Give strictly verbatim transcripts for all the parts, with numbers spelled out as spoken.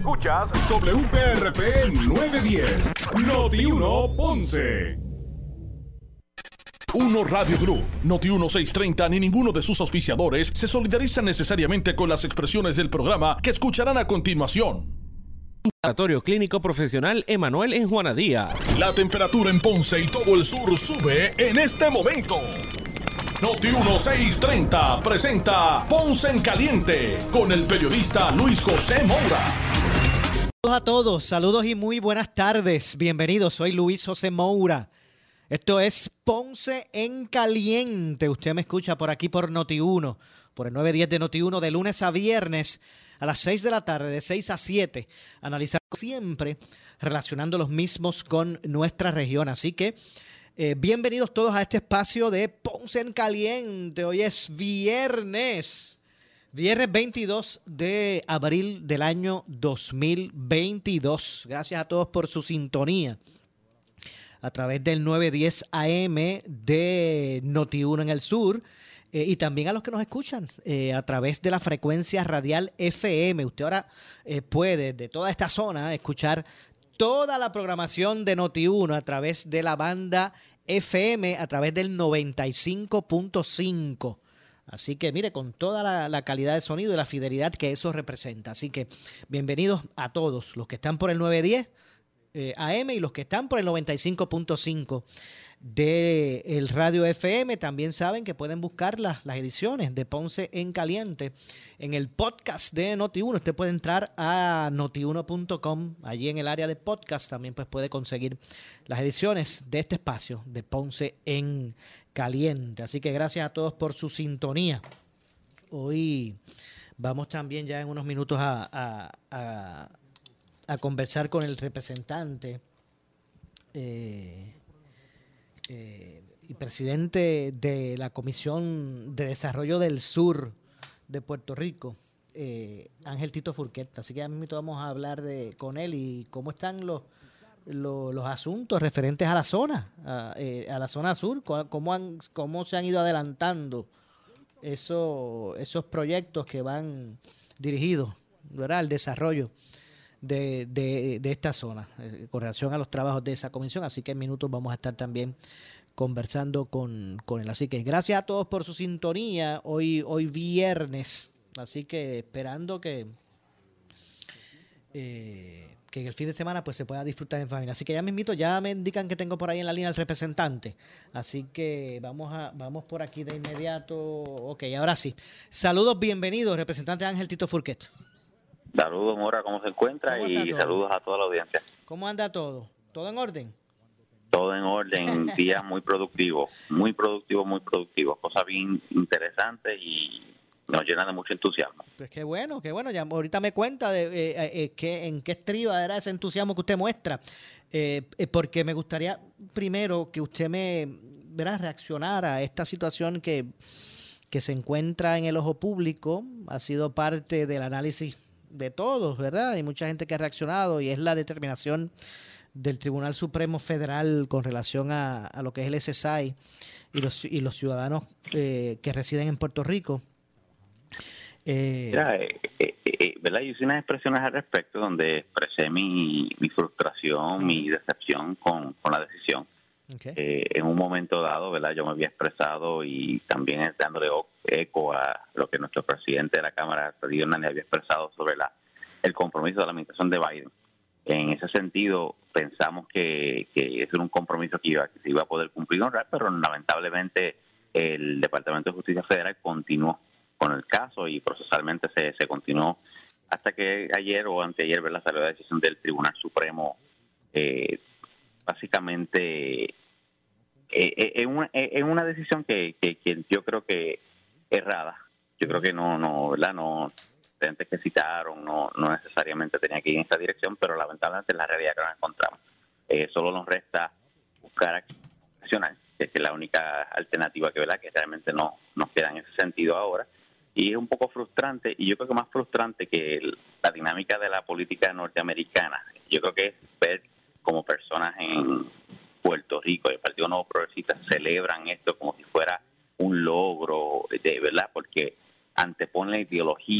Escuchas W P R P nueve diez, Noti uno Ponce. Uno Radio Group, Noti uno seiscientos treinta ni ninguno de sus auspiciadores se solidarizan necesariamente con las expresiones del programa que escucharán a continuación. Laboratorio Clínico Profesional Emanuel en Juana Díaz. La temperatura en Ponce y todo el sur sube en este momento. Noti uno seiscientos treinta presenta Ponce en Caliente con el periodista Luis José Moura. Saludos a todos, saludos y muy buenas tardes. Bienvenidos, soy Luis José Moura. Esto es Ponce en Caliente. Usted me escucha por aquí por Noti uno, por el nueve diez de Noti uno, de lunes a viernes a las seis de la tarde, de seis a siete, analizando siempre relacionando los mismos con nuestra región. Así que eh, bienvenidos todos a este espacio de Ponce en Caliente. Hoy es viernes, viernes veintidós de abril del año dos mil veintidós. Gracias a todos por su sintonía a través del nueve diez A M de Noti uno en el sur. Eh, y también a los que nos escuchan eh, a través de la frecuencia radial F M. Usted ahora eh, puede, de toda esta zona, escuchar toda la programación de Noti uno a través de la banda F M, a través del noventa y cinco punto cinco. Así que, mire, con toda la, la calidad de sonido y la fidelidad que eso representa. Así que, bienvenidos a todos los que están por el nueve diez eh, A M y los que están por el noventa y cinco punto cinco de el radio F M. También saben que pueden buscar las, las ediciones de Ponce en Caliente en el podcast de Noti uno. Usted puede entrar a noti uno punto com, allí en el área de podcast también pues puede conseguir las ediciones de este espacio de Ponce en Caliente. Así que gracias a todos por su sintonía. Hoy vamos también ya en unos minutos a, a, a, a conversar con el representante eh, Eh, y presidente de la Comisión de Desarrollo del Sur de Puerto Rico, eh, Ángel Tito Fourquet. Así que ya mismo vamos a hablar de con él y cómo están los, los, los asuntos referentes a la zona, a, eh, a la zona sur, cómo, han, cómo se han ido adelantando esos, esos proyectos que van dirigidos, ¿verdad?, al desarrollo De, de, de esta zona eh, con relación a los trabajos de esa comisión. Así que en minutos vamos a estar también conversando con, con él. Así que gracias a todos por su sintonía hoy, hoy viernes. Así que esperando que eh, que en el fin de semana pues se pueda disfrutar en familia. Así que ya me invito, ya me indican que tengo por ahí en la línea al representante. Así que vamos a vamos por aquí de inmediato. Ok, ahora sí. Saludos, bienvenidos, representante Ángel Tito Fourquet. Saludos, Mora, ¿cómo se encuentra? ¿Cómo y saludos a toda la audiencia. ¿Cómo anda todo? ¿Todo en orden? Todo en orden, día muy productivo, muy productivo, muy productivo. Cosas bien interesantes y nos llenan de mucho entusiasmo. Pues qué bueno, qué bueno. Ya ahorita me cuenta de eh, eh, que, en qué estriba era ese entusiasmo que usted muestra. Eh, eh, porque me gustaría primero que usted me ¿verdad? reaccionara a esta situación que, que se encuentra en el ojo público. Ha sido parte del análisis de todos, ¿verdad? Hay mucha gente que ha reaccionado y es la determinación del Tribunal Supremo Federal con relación a, a lo que es el S S I y los, y los ciudadanos eh, que residen en Puerto Rico. Eh, Mira, eh, eh, eh, ¿verdad? Yo hice unas expresiones al respecto donde expresé mi, mi frustración, mi decepción con, con la decisión. Okay. Eh, en un momento dado, ¿verdad? Yo me había expresado y también dándole eco a lo que nuestro presidente de la Cámara, Freddy Hernández, había expresado sobre la el compromiso de la administración de Biden. En ese sentido, pensamos que, que ese era un compromiso que, iba, que se iba a poder cumplir, pero lamentablemente el Departamento de Justicia Federal continuó con el caso y procesalmente se, se continuó hasta que ayer o anteayer, ¿verdad?, salió la decisión del Tribunal Supremo. Eh, básicamente eh, eh, es una, eh, una decisión que, que, que yo creo que errada. Yo creo que no, no, ¿verdad? No, gente que citaron no, no necesariamente tenía que ir en esa dirección, pero lamentablemente es la realidad que nos encontramos. Eh, solo nos resta buscar acción nacional, que es la única alternativa que, ¿verdad?, que realmente no nos queda en ese sentido ahora. Y es un poco frustrante, y yo creo que más frustrante que el, la dinámica de la política norteamericana. Yo creo que es ver como personas en Puerto Rico, el Partido Nuevo Progresista, celebran esto como si fuera un logro, de verdad, porque antepone la ideología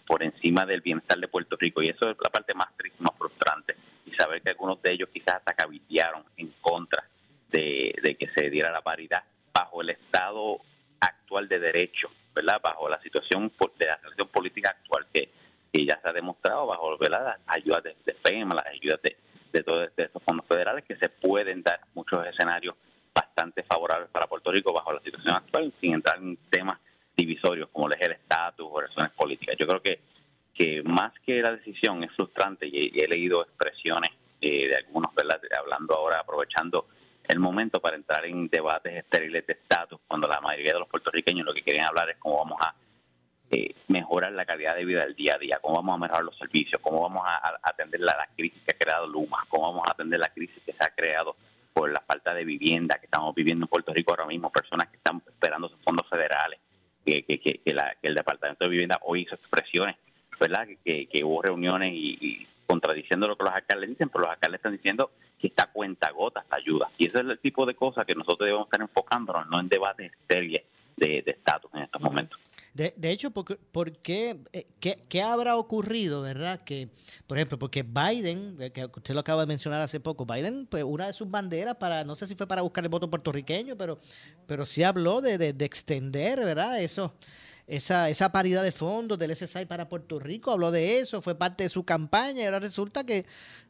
por encima del bienestar de Puerto Rico, y eso es la parte más triste, más frustrante, y saber que algunos de ellos quizás hasta cabildearon en contra de, de que se diera la paridad bajo el estado actual de derecho, ¿verdad? Bajo la situación de la situación política actual que, que ya se ha demostrado, bajo, ¿verdad?, las ayudas de, de FEMA, las ayudas de, de todos estos fondos federales, que se pueden dar muchos escenarios bastante favorables para Puerto Rico bajo la situación actual, sin entrar en temas divisorios como es el estatus o razones políticas. Yo creo que, que más que la decisión es frustrante, y, y he leído expresiones eh, de algunos, ¿verdad?, hablando ahora, aprovechando el momento para entrar en debates estériles de estatus, cuando la mayoría de los puertorriqueños lo que quieren hablar es cómo vamos a eh, mejorar la calidad de vida del día a día, cómo vamos a mejorar los servicios, cómo vamos a, a atender la, la crisis que ha creado Luma, cómo vamos a atender la crisis que se ha creado por la falta de vivienda que estamos viviendo en Puerto Rico ahora mismo, personas que están esperando sus fondos federales, que, que, que, que, la, que el Departamento de Vivienda hoy hizo expresiones, ¿verdad?, que, que hubo reuniones y, y contradiciendo lo que los alcaldes dicen, pero los alcaldes están diciendo que está cuenta gotas la ayuda. Y ese es el tipo de cosas que nosotros debemos estar enfocándonos, no en debates estériles de estatus en estos momentos. De, de hecho, ¿por, por qué, qué, qué habrá ocurrido, verdad? Que, por ejemplo, porque Biden, que usted lo acaba de mencionar hace poco, Biden, pues una de sus banderas para, no sé si fue para buscar el voto puertorriqueño, pero, pero sí habló de, de, de extender, ¿verdad? Eso, esa, esa paridad de fondos del S S I para Puerto Rico, habló de eso, fue parte de su campaña, y ahora resulta que,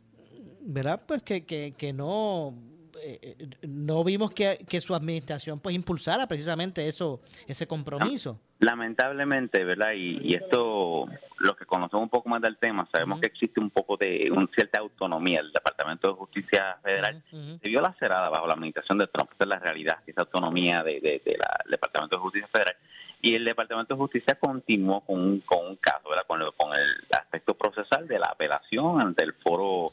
¿verdad? Pues que, que, que no... Eh, no vimos que, que su administración pues impulsara precisamente eso, ese compromiso. Lamentablemente, ¿verdad? Y, y esto, los que conocemos un poco más del tema, sabemos uh-huh. que existe un poco de una cierta autonomía. El Departamento de Justicia Federal uh-huh. se vio lacerada bajo la administración de Trump. Esa es la realidad, esa autonomía de, de, de la, del Departamento de Justicia Federal. Y el Departamento de Justicia continuó con un, con un caso, ¿verdad? Con, el, con el aspecto procesal de la apelación ante el foro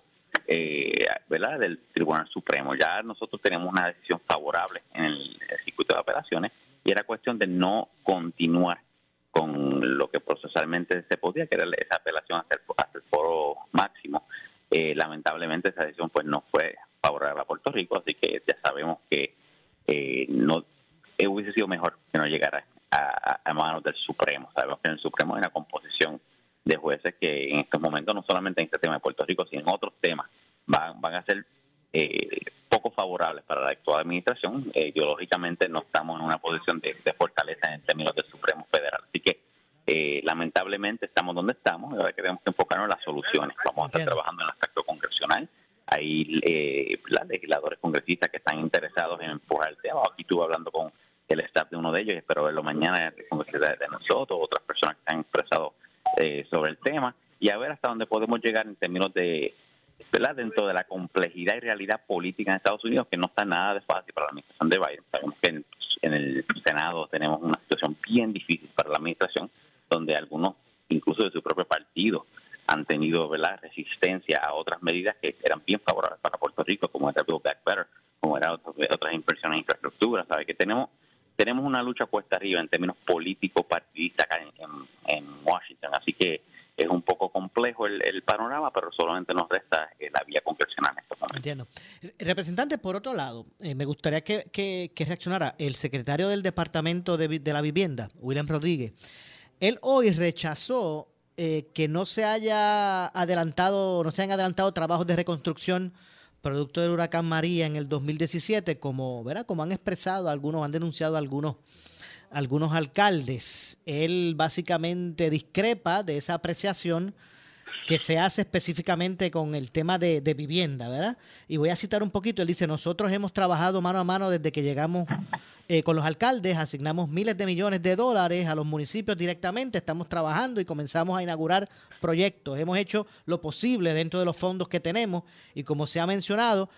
Eh, ¿verdad?, del Tribunal Supremo. Ya nosotros tenemos una decisión favorable en el, el circuito de apelaciones, y era cuestión de no continuar con lo que procesalmente se podía, que era esa apelación hasta el, hasta el foro máximo. Eh, lamentablemente esa decisión pues no fue favorable a Puerto Rico, así que ya sabemos que eh, no eh, hubiese sido mejor que no llegara a, a, a manos del Supremo. Sabemos que en el Supremo hay una composición de jueces que en estos momentos, no solamente en este tema de Puerto Rico, sino en otros temas, van, van a ser eh, poco favorables para la actual administración. Eh, ideológicamente no estamos en una posición de, de fortaleza en términos del Supremo Federal. Así que eh, lamentablemente estamos donde estamos, y ahora tenemos que enfocarnos en las soluciones. Vamos a estar trabajando en el aspecto congresional. Hay eh, legisladores congresistas que están interesados en empujar el tema. Aquí estuve hablando con el staff de uno de ellos y espero verlo mañana, el congresista de nosotros, otras personas que han expresado Eh, sobre el tema, y a ver hasta dónde podemos llegar en términos de, ¿verdad?, dentro de la complejidad y realidad política en Estados Unidos, que no está nada de fácil para la administración de Biden. Sabemos que en, en el Senado tenemos una situación bien difícil para la administración, donde algunos, incluso de su propio partido, han tenido, ¿verdad?, resistencia a otras medidas que eran bien favorables para Puerto Rico, como era Build Back Better, como eran otras inversiones en infraestructura. ¿Sabe? Que tenemos tenemos una lucha cuesta arriba en términos políticos partidistas acá en, en, en Washington, así que es un poco complejo el, el panorama, pero solamente nos resta eh, la vía congresional en estos momentos. Entiendo. Representante, por otro lado, eh, me gustaría que, que, que reaccionara el secretario del Departamento de, de la Vivienda, William Rodríguez. Él hoy rechazó eh, que no se haya adelantado, no se hayan adelantado trabajos de reconstrucción producto del huracán María en el dos mil diecisiete, como, ¿verdad?, como han expresado algunos, han denunciado algunos, algunos alcaldes. Él básicamente discrepa de esa apreciación que se hace específicamente con el tema de, de vivienda, ¿verdad? Y voy a citar un poquito. Él dice: nosotros hemos trabajado mano a mano desde que llegamos eh, con los alcaldes, asignamos miles de millones de dólares a los municipios directamente, estamos trabajando y comenzamos a inaugurar proyectos. Hemos hecho lo posible dentro de los fondos que tenemos, y como se ha mencionado,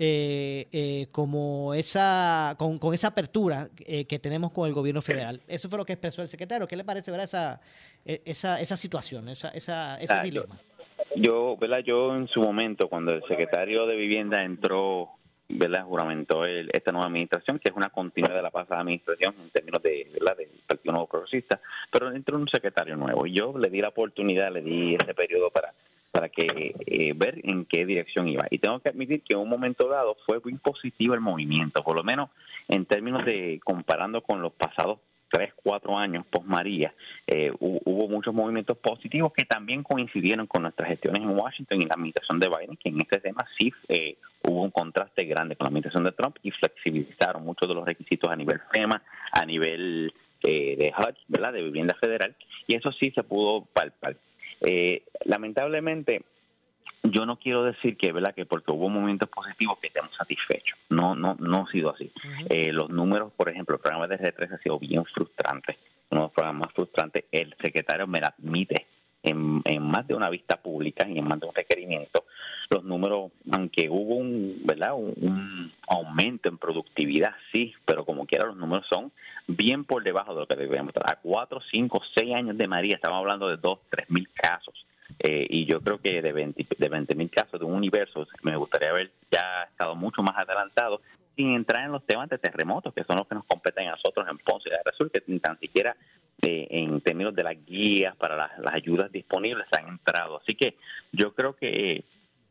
eh, eh, como esa con, con esa apertura eh, que tenemos con el gobierno federal. Eso fue lo que expresó el secretario. ¿Qué le parece, verdad, esa esa esa situación, esa esa ese ah, dilema? Yo, ¿verdad? Yo en su momento, cuando el secretario de Vivienda entró, ¿verdad?, juramentó el, esta nueva administración, que es una continuidad de la pasada administración en términos de, ¿verdad?, del Partido Nuevo Progresista, pero entró un secretario nuevo y yo le di la oportunidad, le di ese periodo para para que eh, ver en qué dirección iba. Y tengo que admitir que en un momento dado fue muy positivo el movimiento, por lo menos en términos de comparando con los pasados tres, cuatro años post María, eh, hubo muchos movimientos positivos que también coincidieron con nuestras gestiones en Washington y la administración de Biden, que en este tema sí eh, hubo un contraste grande con la administración de Trump y flexibilizaron muchos de los requisitos a nivel FEMA, a nivel eh, de H U D, ¿verdad?, de vivienda federal, y eso sí se pudo palpar. Eh, lamentablemente, yo no quiero decir que, ¿verdad?, que porque hubo momentos positivos que estemos satisfechos. No, no, no ha sido así. Uh-huh. Eh, los números, por ejemplo, el programa de R tres ha sido bien frustrante. Uno de los programas más frustrantes. El secretario me lo admite en, en más de una vista pública y en más de un requerimiento. Los números, aunque hubo un, ¿verdad?, un, un aumento en productividad, sí, pero como quiera los números son bien por debajo de lo que debemos. A cuatro, cinco, seis años de María, estamos hablando de dos, tres mil casos. Eh, y yo creo que de veinte mil casos de un universo, me gustaría haber ya estado mucho más adelantado, sin entrar en los temas de terremotos, que son los que nos competen a nosotros en Ponce y Azul, que ni tan siquiera eh, en términos de las guías para las, las ayudas disponibles han entrado. Así que yo creo que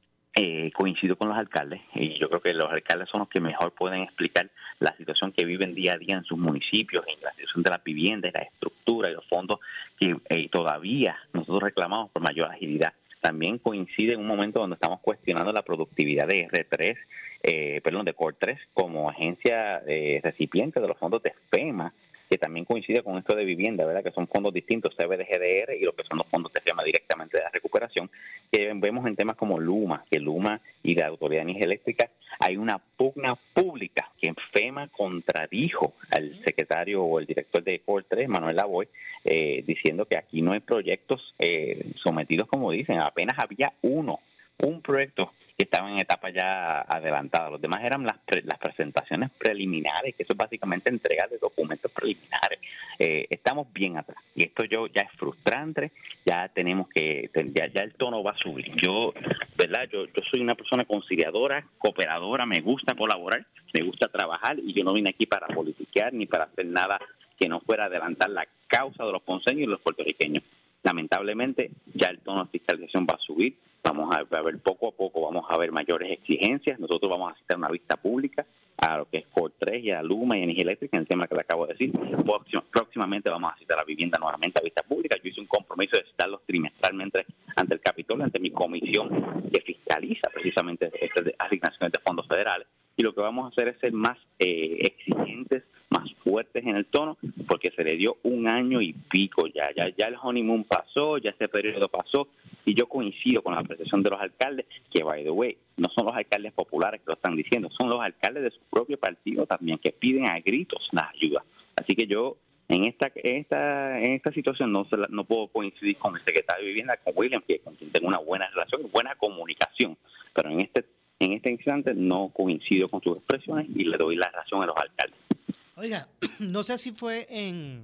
eh, coincido con los alcaldes, y yo creo que los alcaldes son los que mejor pueden explicar la situación que viven día a día en sus municipios, en la situación de las viviendas, la estructura y los fondos que eh, todavía nosotros reclamamos por mayor agilidad. También coincide en un momento donde estamos cuestionando la productividad de R tres, eh, perdón, de Core tres como agencia eh, recipiente de los fondos de FEMA, que también coincide con esto de vivienda, ¿verdad?, que son fondos distintos, C B D G D R y lo que son los fondos de FEMA directamente de la recuperación, que vemos en temas como Luma, que Luma y la Autoridad de Energía Eléctrica, hay una pugna pública que FEMA contradijo al secretario o el director de Core tres, Manuel Lavoy, eh, diciendo que aquí no hay proyectos eh, sometidos, como dicen, apenas había uno, un proyecto que estaba en etapa ya adelantada. Los demás eran las, pre, las presentaciones preliminares, que eso es básicamente entrega de documentos preliminares. Eh, estamos bien atrás. Y esto yo ya es frustrante, ya tenemos que, ya, ya el tono va a subir. Yo, ¿verdad? Yo, yo soy una persona conciliadora, cooperadora, me gusta colaborar, me gusta trabajar, y yo no vine aquí para politiquear ni para hacer nada que no fuera adelantar la causa de los ponceños y los puertorriqueños. Lamentablemente, ya el tono de fiscalización va a subir. Vamos a ver poco a poco, vamos a ver mayores exigencias. Nosotros vamos a citar una vista pública a lo que es Core tres y a Luma y Energía Eléctrica, en el tema que le acabo de decir. Próximamente vamos a citar la vivienda nuevamente a vista pública. Yo hice un compromiso de citarlos trimestralmente ante el Capitolio, ante mi comisión que fiscaliza precisamente estas asignaciones de fondos federales. Y lo que vamos a hacer es ser más eh, exigentes, más fuertes en el tono, porque se le dio un año y pico ya. Ya, ya el honeymoon pasó, ya ese periodo pasó. Y yo coincido con la apreciación de los alcaldes, que, by the way, no son los alcaldes populares que lo están diciendo, son los alcaldes de su propio partido también, que piden a gritos las ayudas. Así que yo, en esta en esta, en esta situación, no, se la, no puedo coincidir con el secretario de Vivienda, con William, que con quien tengo una buena relación, buena comunicación, pero en este en este instante no coincido con sus expresiones y le doy la razón a los alcaldes. Oiga, no sé si fue en...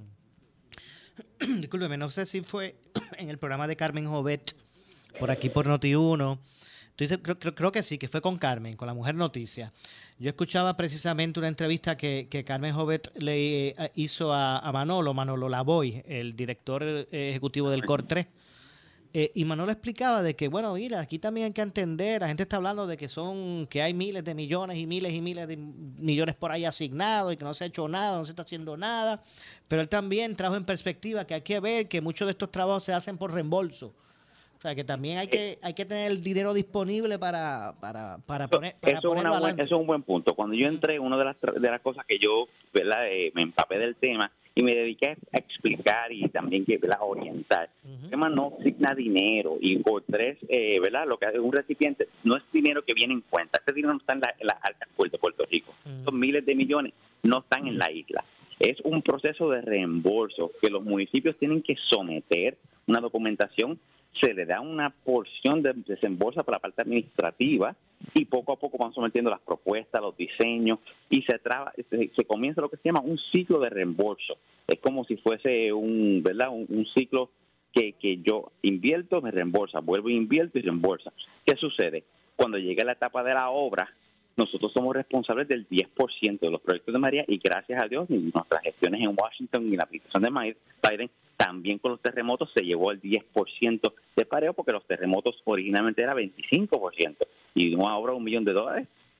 Discúlpeme, no sé si fue en el programa de Carmen Jovet, por aquí por Noti uno. Entonces, creo, creo, creo que sí, que fue con Carmen, con la Mujer Noticia. Yo escuchaba precisamente una entrevista que, que Carmen Jovet le hizo a, a Manolo, Manolo Lavoy, el director ejecutivo del Core tres. Eh, y Manolo explicaba de que, bueno, mira, aquí también hay que entender, la gente está hablando de que son, que hay miles de millones y miles y miles de millones por ahí asignados y que no se ha hecho nada, no se está haciendo nada. Pero él también trajo en perspectiva que hay que ver que muchos de estos trabajos se hacen por reembolso. O sea, que también hay que hay que tener el dinero disponible para para para poner para eso, ponerlo es buen, eso es un buen punto. Cuando yo entré, una de las de las cosas que yo, ¿verdad?, eh, me empapé del tema y me dediqué a explicar y también que, ¿verdad?, orientar. Uh-huh. El tema no asigna dinero y por tres, eh, ¿verdad?, lo que hace un recipiente no es dinero que viene en cuenta. Este dinero no está en la, en la alta de Puerto Rico. Uh-huh. Son miles de millones, no están en la isla. Es un proceso de reembolso que los municipios tienen que someter una documentación. Se le da una porción de desembolso para la parte administrativa y poco a poco van sometiendo las propuestas, los diseños y se traba, se, se comienza lo que se llama un ciclo de reembolso. Es como si fuese un, ¿verdad?, un, un ciclo que, que yo invierto, me reembolsa, vuelvo e invierto y reembolsa. ¿Qué sucede? Cuando llega la etapa de la obra, nosotros somos responsables del diez por ciento de los proyectos de María y gracias a Dios, en nuestras gestiones en Washington y la aplicación de Biden, también con los terremotos se llevó el diez por ciento de pareo porque los terremotos originalmente era veinticinco por ciento y una obra de un millón de dólares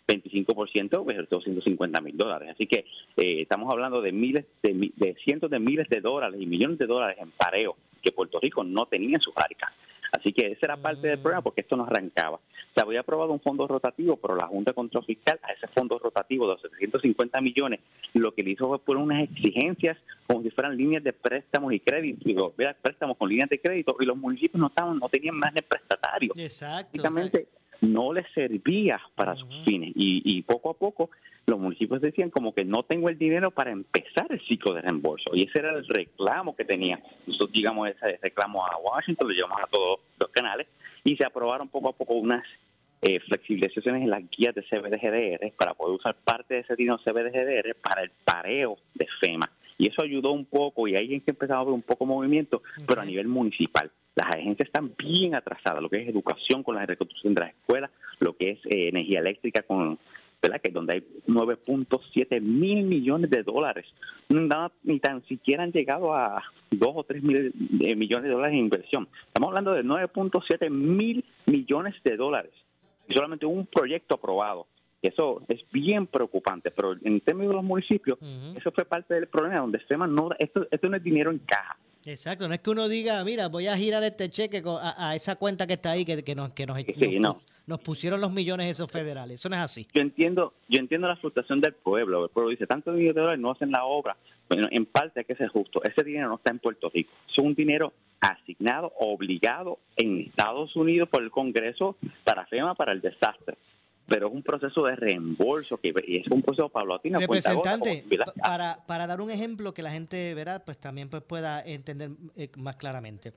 veinticinco por ciento, pues doscientos cincuenta mil dólares. Así que eh, estamos hablando de miles, de, de cientos de miles de dólares y millones de dólares en pareo que Puerto Rico no tenía en sus arcas. Así que esa era parte del programa porque esto no arrancaba. Se había aprobado un fondo rotativo, pero la Junta de Control Fiscal a ese fondo rotativo de setecientos cincuenta millones, lo que le hizo fue poner unas exigencias como si fueran líneas de préstamos y crédito, préstamos con líneas de crédito, y los municipios no estaban, no tenían más de prestatario. Exacto. Básicamente, o sea, no les servía para uh-huh. sus fines, y, y poco a poco los municipios decían como que no tengo el dinero para empezar el ciclo de reembolso, y ese era el reclamo que tenía. Nosotros llegamos ese reclamo a Washington, lo llevamos a todos los canales, y se aprobaron poco a poco unas eh, flexibilizaciones en las guías de C B D G D R para poder usar parte de ese dinero C B D G D R para el pareo de FEMA, y eso ayudó un poco, y ahí es que empezamos a ver un poco de movimiento, uh-huh. pero a nivel municipal. Las agencias están bien atrasadas, lo que es educación con la reconstrucción de las escuelas, lo que es eh, energía eléctrica con, ¿verdad? Que donde hay nueve punto siete mil millones de dólares. Nada, ni tan siquiera han llegado a dos o tres mil eh, millones de dólares en inversión. Estamos hablando de nueve punto siete mil millones de dólares. Y solamente un proyecto aprobado. Eso es bien preocupante, pero en términos de los municipios, uh-huh. eso fue parte del problema, donde FEMA no, esto, esto no es dinero en caja. Exacto, no es que uno diga, mira, voy a girar este cheque a, a esa cuenta que está ahí, que, que, nos, que nos, sí, nos, no. nos pusieron los millones esos federales. Eso no es así. Yo entiendo yo entiendo la frustración del pueblo. El pueblo dice, tantos millones de dólares no hacen la obra. Bueno, en parte hay que ser justo. Ese dinero no está en Puerto Rico. Es un dinero asignado, obligado en Estados Unidos por el Congreso para FEMA, para el desastre. Pero es un proceso de reembolso que y es un proceso paulatino. Representante, gota, para, para dar un ejemplo que la gente verá, pues también pues pueda entender eh, más claramente.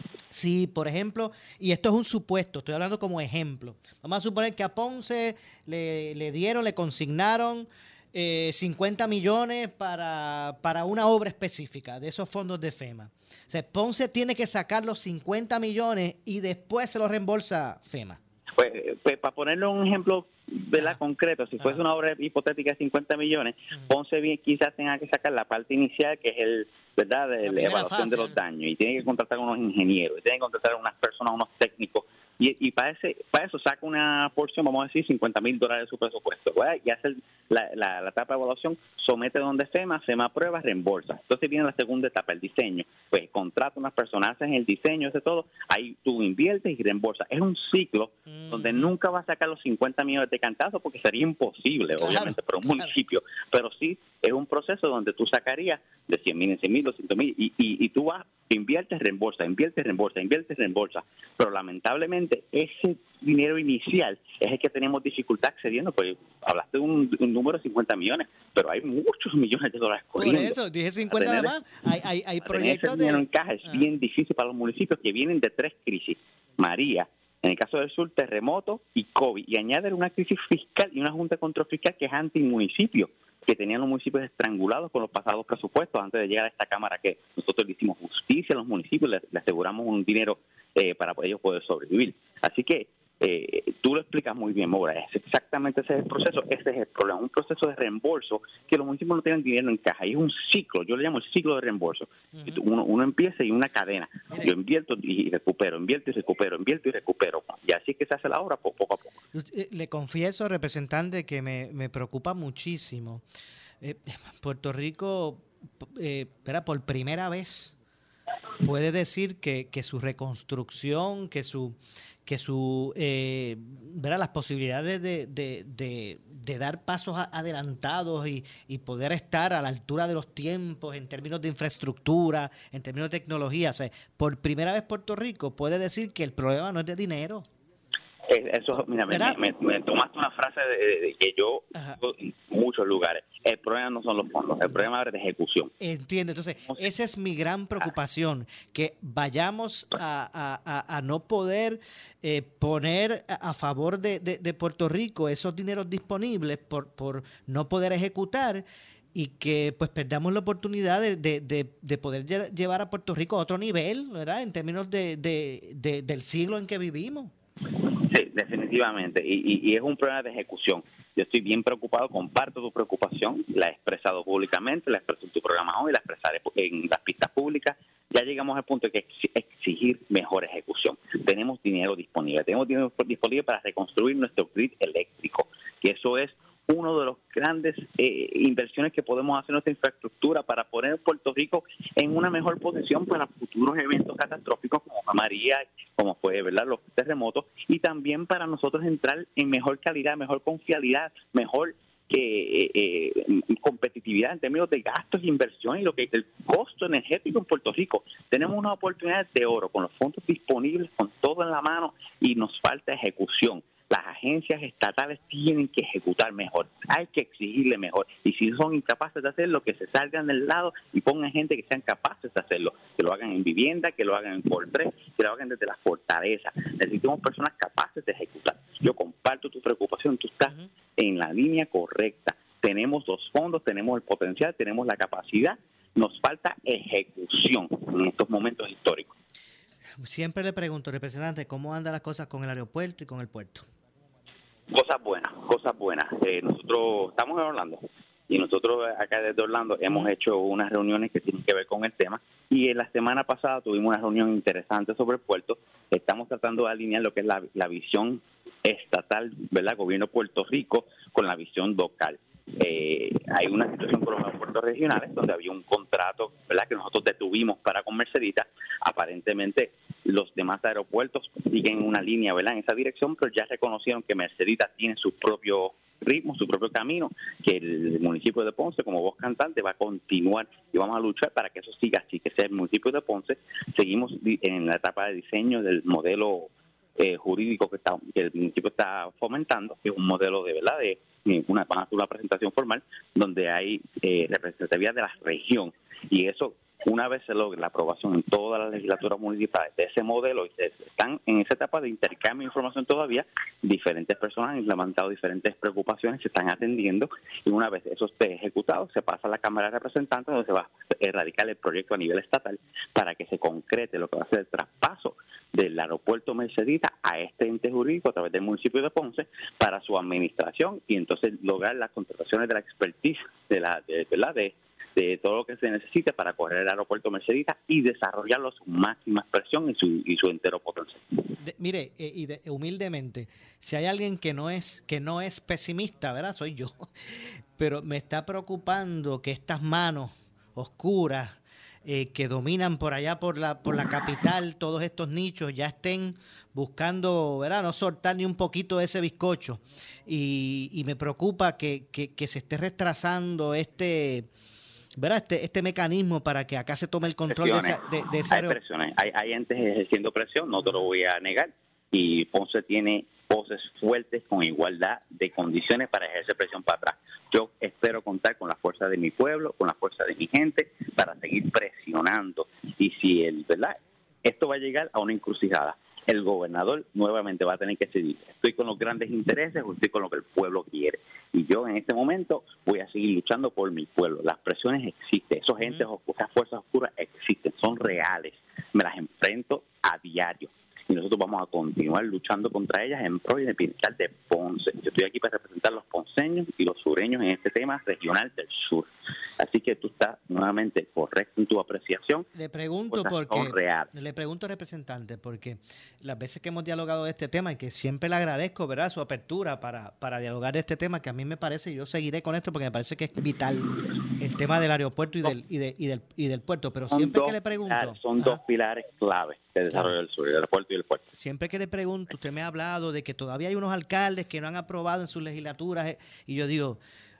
Si, por ejemplo, y esto es un supuesto, estoy hablando como ejemplo, vamos a suponer que a Ponce le, le dieron, le consignaron eh, cincuenta millones para, para una obra específica de esos fondos de FEMA. O sea, Ponce tiene que sacar los cincuenta millones y después se los reembolsa FEMA. Pues, pues para ponerle un ejemplo, ¿verdad? Ah, concreto, si fuese ah. una obra hipotética de cincuenta millones, uh-huh. Ponce bien quizás tenga que sacar la parte inicial, que es el, ¿verdad?, de la, la evaluación fase, de los daños, y tiene que contratar a unos ingenieros, y tiene que contratar a unas personas, a unos técnicos, y, y para ese para eso saca una porción, vamos a decir, cincuenta mil dólares de su presupuesto, ¿verdad? Y hace la, la, la etapa de evaluación, somete donde FEMA, FEMA aprueba, reembolsa. Entonces viene la segunda etapa, el diseño, pues contrata unas personas, hacen el diseño, hace todo, ahí tú inviertes y reembolsas. Es un ciclo mm. donde nunca vas a sacar los cincuenta millones de cantazo, porque sería imposible, claro, obviamente, para un claro. municipio, pero sí es un proceso donde tú sacarías de cien mil en cien mil, doscientos mil, y, y, y tú vas, inviertes, reembolsa, inviertes, reembolsa, inviertes, reembolsa, pero lamentablemente ese dinero inicial es el que tenemos dificultad accediendo, pues hablaste de un, un número de cincuenta millones, pero hay muchos millones de dólares corriendo. Por eso, dije cincuenta nada más, hay, hay, hay proyectos ese de... dinero en caja es ah. bien difícil para los municipios que vienen de tres crisis, María, en el caso del sur, terremoto y COVID, y añaden una crisis fiscal y una junta de control fiscal que es anti-municipio, que tenían los municipios estrangulados con los pasados presupuestos antes de llegar a esta Cámara, que nosotros le hicimos justicia a los municipios, le, le aseguramos un dinero eh, para ellos poder sobrevivir. Así que eh, tú lo explicas muy bien, Maura, es exactamente ese es el proceso, ese es el problema, un proceso de reembolso que los municipios no tienen dinero en caja, y es un ciclo, yo le llamo el ciclo de reembolso. Uh-huh. Uno, uno empieza y una cadena, yo invierto y recupero, invierto y recupero, invierto y recupero, y así es que se hace la obra poco a poco. Le confieso, representante, que me, me preocupa muchísimo. Eh, Puerto Rico, eh, ¿verdad? Por primera vez puede decir que, que su reconstrucción, que su que su eh, ¿verdad? Las posibilidades de, de, de, de dar pasos adelantados y, y poder estar a la altura de los tiempos en términos de infraestructura, en términos de tecnología. O sea, por primera vez Puerto Rico puede decir que el problema no es de dinero. Eso, mira, me, me, me tomaste una frase de, de que yo digo en muchos lugares. El problema no son los fondos, el problema es de ejecución. Entiendo, entonces, esa es mi gran preocupación, que vayamos a, a, a no poder eh, poner a favor de, de, de Puerto Rico esos dineros disponibles por, por no poder ejecutar, y que pues perdamos la oportunidad de, de, de, de poder llevar a Puerto Rico a otro nivel, ¿verdad? En términos de, de, de, del siglo en que vivimos. Sí, definitivamente, y, y, y es un problema de ejecución. Yo estoy bien preocupado, comparto tu preocupación, la he expresado públicamente, la he expresado en tu programa hoy, la expresaré en las pistas públicas. Ya llegamos al punto de que exigir mejor ejecución. Tenemos dinero disponible, tenemos dinero disponible para reconstruir nuestro grid eléctrico, que eso es uno de los grandes eh, inversiones que podemos hacer en nuestra infraestructura para poner a Puerto Rico en una mejor posición para futuros eventos catastróficos como fue María, como fue, ¿verdad?, los terremotos, y también para nosotros entrar en mejor calidad, mejor confiabilidad, mejor que eh, eh, competitividad en términos de gastos e inversión y lo que es el costo energético en Puerto Rico. Tenemos una oportunidad de oro con los fondos disponibles, con todo en la mano, y nos falta ejecución. Las agencias estatales tienen que ejecutar mejor, hay que exigirle mejor, y si son incapaces de hacerlo, que se salgan del lado y pongan gente que sean capaces de hacerlo, que lo hagan en vivienda, que lo hagan en Fortress, que lo hagan desde las fortalezas. Necesitamos personas capaces de ejecutar. Yo comparto tu preocupación, tú estás uh-huh. en la línea correcta. Tenemos los fondos, tenemos el potencial, tenemos la capacidad, nos falta ejecución en estos momentos históricos. Siempre le pregunto, representante, ¿cómo andan las cosas con el aeropuerto y con el puerto? Cosas buenas, cosas buenas. Eh, nosotros estamos en Orlando y nosotros acá desde Orlando hemos hecho unas reuniones que tienen que ver con el tema, y en la semana pasada tuvimos una reunión interesante sobre el puerto. Estamos tratando de alinear lo que es la, la visión estatal, ¿verdad?, gobierno de Puerto Rico, con la visión local. Eh, hay una situación con los aeropuertos regionales donde había un contrato, ¿verdad?, que nosotros detuvimos para con Mercedita. Aparentemente los demás aeropuertos siguen una línea, ¿verdad?, en esa dirección, pero ya reconocieron que Mercedita tiene su propio ritmo, su propio camino, que el municipio de Ponce, como voz cantante, va a continuar y vamos a luchar para que eso siga así, que sea el municipio de Ponce. Seguimos en la etapa de diseño del modelo eh, jurídico que, está, que el municipio está fomentando, que es un modelo de verdad de una, van a hacer una presentación formal donde hay eh, representatividad de la región, y eso, una vez se logre la aprobación en todas las legislaturas municipales de ese modelo, y están en esa etapa de intercambio de información todavía, diferentes personas han levantado diferentes preocupaciones, se están atendiendo, y una vez eso esté ejecutado, se pasa a la Cámara de Representantes, donde se va a erradicar el proyecto a nivel estatal para que se concrete lo que va a ser el traspaso del aeropuerto Mercedita a este ente jurídico a través del municipio de Ponce para su administración, y entonces lograr las contrataciones de la expertise de la de, de, la, de de todo lo que se necesite para correr el aeropuerto Mercedita y desarrollarlo a su máxima expresión y su y su entero potencial. De, mire, eh, y de, humildemente, si hay alguien que no es que no es pesimista, ¿verdad?, soy yo. Pero me está preocupando que estas manos oscuras eh, que dominan por allá por la por la capital, todos estos nichos, ya estén buscando, ¿verdad?, no soltar ni un poquito de ese bizcocho. Y, y me preocupa que, que, que se esté retrasando este ¿verdad? Este, este mecanismo para que acá se tome el control de esa, de, de esa hay presiones, hay, hay entes ejerciendo presión, no te lo voy a negar, y Ponce tiene voces fuertes con igualdad de condiciones para ejercer presión para atrás. Yo espero contar con la fuerza de mi pueblo, con la fuerza de mi gente para seguir presionando, y si el verdad esto va a llegar a una encrucijada. El gobernador nuevamente va a tener que decidir, estoy con los grandes intereses o estoy con lo que el pueblo quiere. Y yo en este momento voy a seguir luchando por mi pueblo. Las presiones existen, esos entes oscuras, esas fuerzas oscuras existen, son reales. Me las enfrento a diario. Y nosotros vamos a continuar luchando contra ellas en pro y de bienestar de Ponce. Yo estoy aquí para representar a los ponceños y los sureños en este tema regional del sur. Así que tú estás nuevamente correcto en tu apreciación. Le pregunto porque le pregunto, representante, porque las veces que hemos dialogado de este tema, y que siempre le agradezco, ¿verdad?, su apertura para, para dialogar de este tema, que a mí me parece, yo seguiré con esto porque me parece que es vital el tema del aeropuerto y del y, de, y del y del puerto, pero son siempre dos, que le pregunto, son ajá, dos pilares clave del desarrollo claro. del sur, el aeropuerto y el puerto. Siempre que le pregunto, usted me ha hablado de que todavía hay unos alcaldes que no han aprobado en sus legislaturas, eh, y yo digo,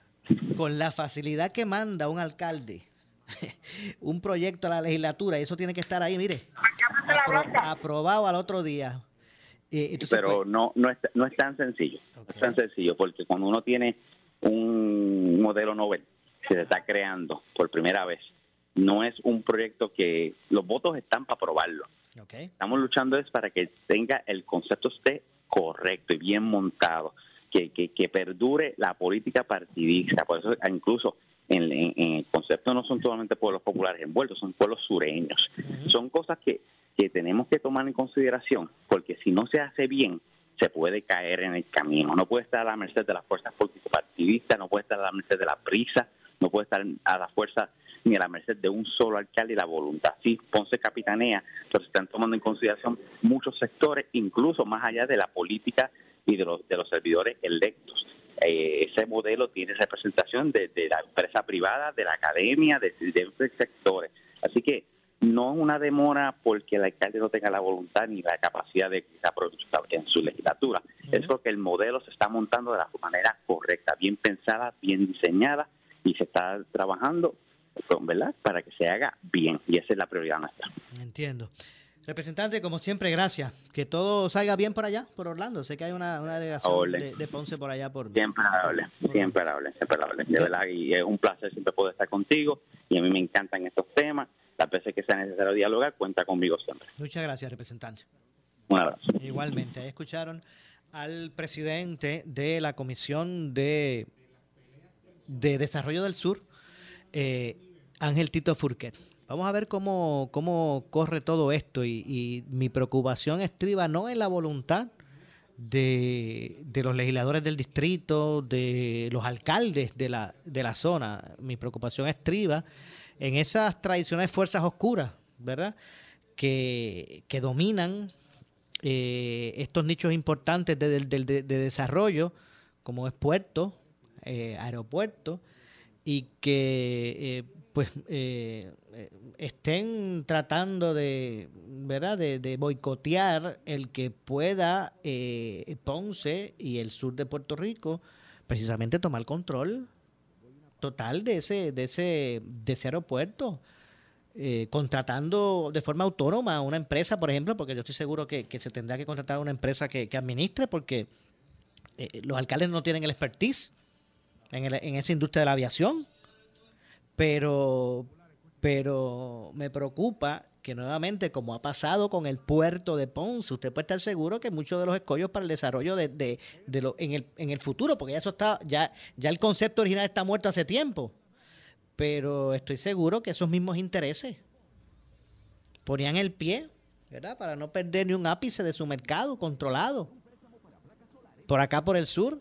con la facilidad que manda un alcalde un proyecto a la legislatura, y eso tiene que estar ahí, mire, apro, aprobado al otro día. Eh, entonces, Pero pues, no no es, no es tan sencillo, okay. no es tan sencillo, porque cuando uno tiene un modelo novel que se está creando por primera vez, no es un proyecto que los votos están para aprobarlo. Okay. Estamos luchando es para que tenga el concepto esté correcto y bien montado, que, que, que perdure la política partidista. Por eso incluso en, en, en el concepto no son solamente pueblos populares envueltos, son pueblos sureños. Uh-huh. Son cosas que, que tenemos que tomar en consideración, porque si no se hace bien, se puede caer en el camino. No puede estar a la merced de las fuerzas político-partidistas, no puede estar a la merced de la prisa, no puede estar a la fuerza ni a la merced de un solo alcalde y la voluntad. Sí, Ponce capitanea, pero se están tomando en consideración muchos sectores, incluso más allá de la política y de los de los servidores electos. eh, ese modelo tiene representación de, de la empresa privada, de la academia, de diferentes sectores. Así que no es una demora porque el alcalde no tenga la voluntad ni la capacidad de que en su legislatura. Uh-huh. Es porque el modelo se está montando de la manera correcta, bien pensada, bien diseñada, y se está trabajando, ¿verdad?, para que se haga bien, y esa es la prioridad nuestra. Entiendo. Representante, como siempre, gracias. Que todo salga bien por allá, por Orlando. Sé que hay una, una delegación de, de Ponce por allá. Por Siempre hable, siempre hable, siempre hable. De verdad, y es un placer siempre poder estar contigo, y a mí me encantan estos temas. Las veces que sea necesario dialogar, cuenta conmigo siempre. Muchas gracias, representante. Un abrazo. Igualmente. Ahí escucharon al presidente de la Comisión de, de Desarrollo del Sur, eh, Ángel Tito Furquet. Vamos a ver cómo, cómo corre todo esto, y, y mi preocupación estriba no en la voluntad de, de los legisladores del distrito, de los alcaldes de la, de la zona. Mi preocupación estriba en esas tradicionales fuerzas oscuras, ¿verdad?, que, que dominan eh, estos nichos importantes de, de, de, de desarrollo, como es puerto, eh, aeropuerto, y que eh, pues eh, estén tratando de, ¿verdad?, de, de boicotear el que pueda eh, Ponce y el sur de Puerto Rico precisamente tomar control total de ese de ese de ese aeropuerto, eh, contratando de forma autónoma a una empresa, por ejemplo, porque yo estoy seguro que, que se tendrá que contratar a una empresa que, que administre, porque eh, los alcaldes no tienen el expertise en, el, en esa industria de la aviación, pero pero me preocupa que nuevamente, como ha pasado con el puerto de Ponce, usted puede estar seguro que muchos de los escollos para el desarrollo de, de, de lo, en, el, en el futuro, porque ya eso está, ya, ya el concepto original está muerto hace tiempo, pero estoy seguro que esos mismos intereses ponían el pie, ¿verdad?, para no perder ni un ápice de su mercado controlado. Por acá, por el sur,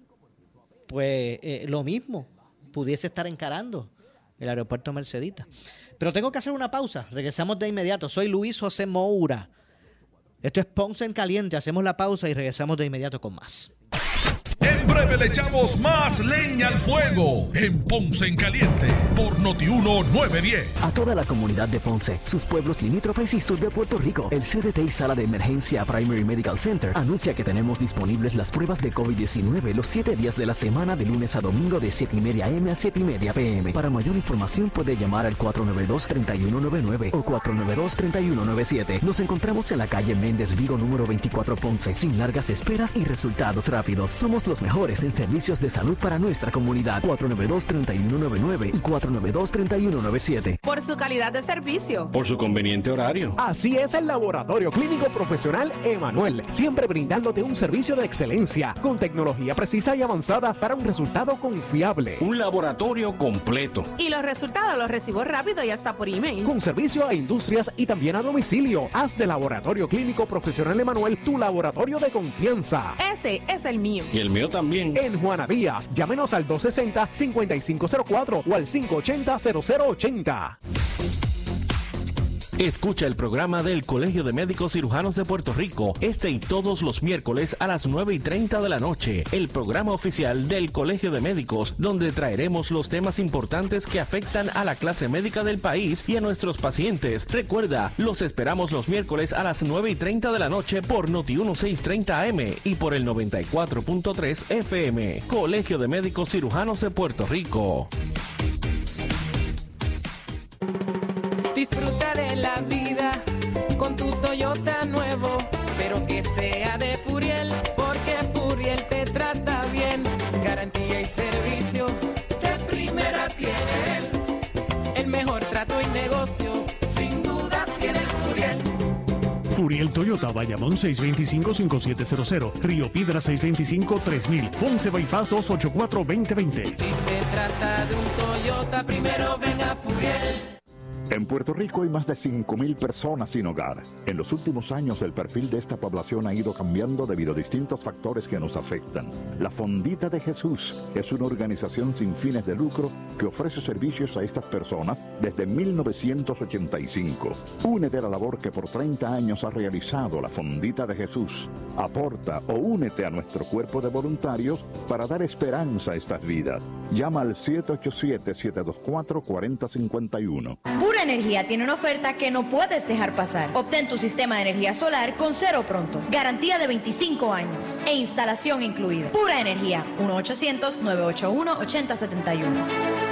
pues eh, lo mismo pudiese estar encarando el aeropuerto Mercedita. Pero tengo que hacer una pausa. Regresamos de inmediato. Soy Luis José Moura. Esto es Ponce en Caliente. Hacemos la pausa y regresamos de inmediato con más. En breve le echamos más leña al fuego en Ponce en Caliente por Noti uno nueve diez. A toda la comunidad de Ponce, sus pueblos limítrofes y sur de Puerto Rico, el C D T y Sala de Emergencia Primary Medical Center anuncia que tenemos disponibles las pruebas de COVID diecinueve los siete días de la semana, de lunes a domingo, de siete y media a eme a siete y media pe eme. Para mayor información puede llamar al cuatro nueve dos, tres uno nueve nueve o cuatro nueve dos, tres uno nueve siete. Nos encontramos en la calle Méndez Vigo número veinticuatro Ponce, sin largas esperas y resultados rápidos. Somos los mejores en servicios de salud para nuestra comunidad. cuatro nueve dos, tres uno nueve nueve y cuatro nueve dos, tres uno nueve siete. Por su calidad de servicio. Por su conveniente horario. Así es el Laboratorio Clínico Profesional Emanuel, siempre brindándote un servicio de excelencia, con tecnología precisa y avanzada para un resultado confiable. Un laboratorio completo. Y los resultados los recibo rápido y hasta por email. Con servicio a industrias y también a domicilio. Haz de Laboratorio Clínico Profesional Emanuel tu laboratorio de confianza. Ese es el mío. Y el mío también. En Juana Díaz, llámenos al dos sesenta, cincuenta y cinco cero cuatro o al cinco ochenta, cero cero ochenta. Escucha el programa del Colegio de Médicos Cirujanos de Puerto Rico este y todos los miércoles a las nueve y treinta de la noche. El programa oficial del Colegio de Médicos, donde traeremos los temas importantes que afectan a la clase médica del país y a nuestros pacientes. Recuerda, los esperamos los miércoles a las nueve y treinta de la noche por Noti uno seiscientos treinta A M y por el noventa y cuatro punto tres F M. Colegio de Médicos Cirujanos de Puerto Rico. Disfruta de la vida con tu Toyota nuevo, pero que sea de Furiel, porque Furiel te trata bien. Garantía y servicio de primera tiene él. El mejor trato y negocio, sin duda tiene Furiel. Furiel Toyota, Bayamón seis dos cinco, cinco siete cero cero, Río Piedra seis dos cinco, tres mil, Ponce Bypass dos ocho cuatro, dos cero dos cero. Si se trata de un Toyota, primero venga Furiel. En Puerto Rico hay más de cinco mil personas sin hogar. En los últimos años el perfil de esta población ha ido cambiando debido a distintos factores que nos afectan. La Fondita de Jesús es una organización sin fines de lucro que ofrece servicios a estas personas desde mil novecientos ochenta y cinco. Únete a la labor que por treinta años ha realizado la Fondita de Jesús. Aporta o únete a nuestro cuerpo de voluntarios para dar esperanza a estas vidas. Llama al siete ocho siete, siete dos cuatro, cuatro cero cinco uno. Pura Energía tiene una oferta que no puedes dejar pasar. Obtén tu sistema de energía solar con cero pronto. Garantía de veinticinco años e instalación incluida. Pura Energía, uno ochocientos, nueve ocho uno, ocho cero siete uno.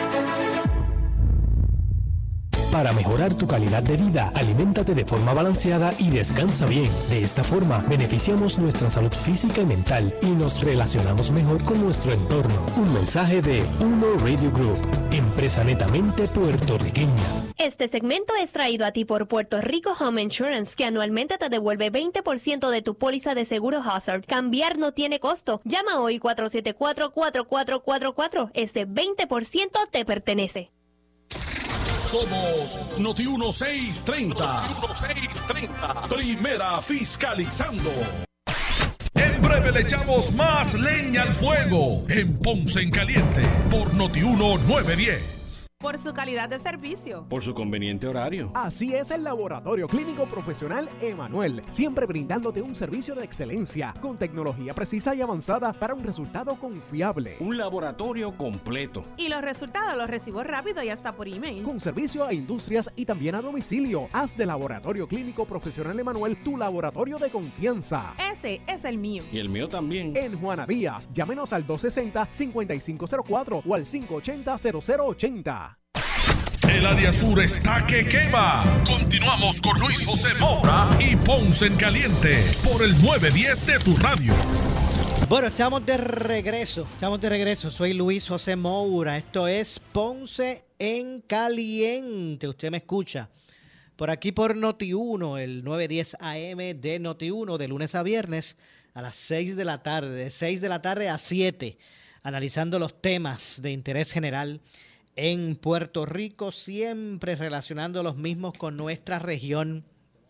Para mejorar tu calidad de vida, aliméntate de forma balanceada y descansa bien. De esta forma, beneficiamos nuestra salud física y mental y nos relacionamos mejor con nuestro entorno. Un mensaje de Uno Radio Group, empresa netamente puertorriqueña. Este segmento es traído a ti por Puerto Rico Home Insurance, que anualmente te devuelve veinte por ciento de tu póliza de seguro Hazard. Cambiar no tiene costo. Llama hoy cuatro siete cuatro, cuatro cuatro cuatro cuatro. Ese veinte por ciento te pertenece. Somos Noti uno seiscientos treinta. Noti uno seiscientos treinta. Primera fiscalizando. En breve le echamos más leña al fuego en Ponce en Caliente por Noti uno nueve diez. Por su calidad de servicio. Por su conveniente horario. Así es el Laboratorio Clínico Profesional Emanuel, siempre brindándote un servicio de excelencia con tecnología precisa y avanzada para un resultado confiable. Un laboratorio completo. Y los resultados los recibo rápido y hasta por email. Con servicio a industrias y también a domicilio. Haz de Laboratorio Clínico Profesional Emanuel tu laboratorio de confianza. Ese es el mío. Y el mío también. En Juana Díaz, llámenos al dos sesenta, cincuenta y cinco cero cuatro o al cinco ochenta, cero cero ochenta. El área sur está que quema. Continuamos con Luis José Moura y Ponce en Caliente por el nueve diez de tu radio. Bueno, estamos de regreso. Estamos de regreso. Soy Luis José Moura. Esto es Ponce en Caliente. Usted me escucha por aquí por Noti uno, el nueve diez A M de Noti uno, de lunes a viernes a las seis de la tarde. De seis de la tarde a siete, analizando los temas de interés general en Puerto Rico, siempre relacionando los mismos con nuestra región.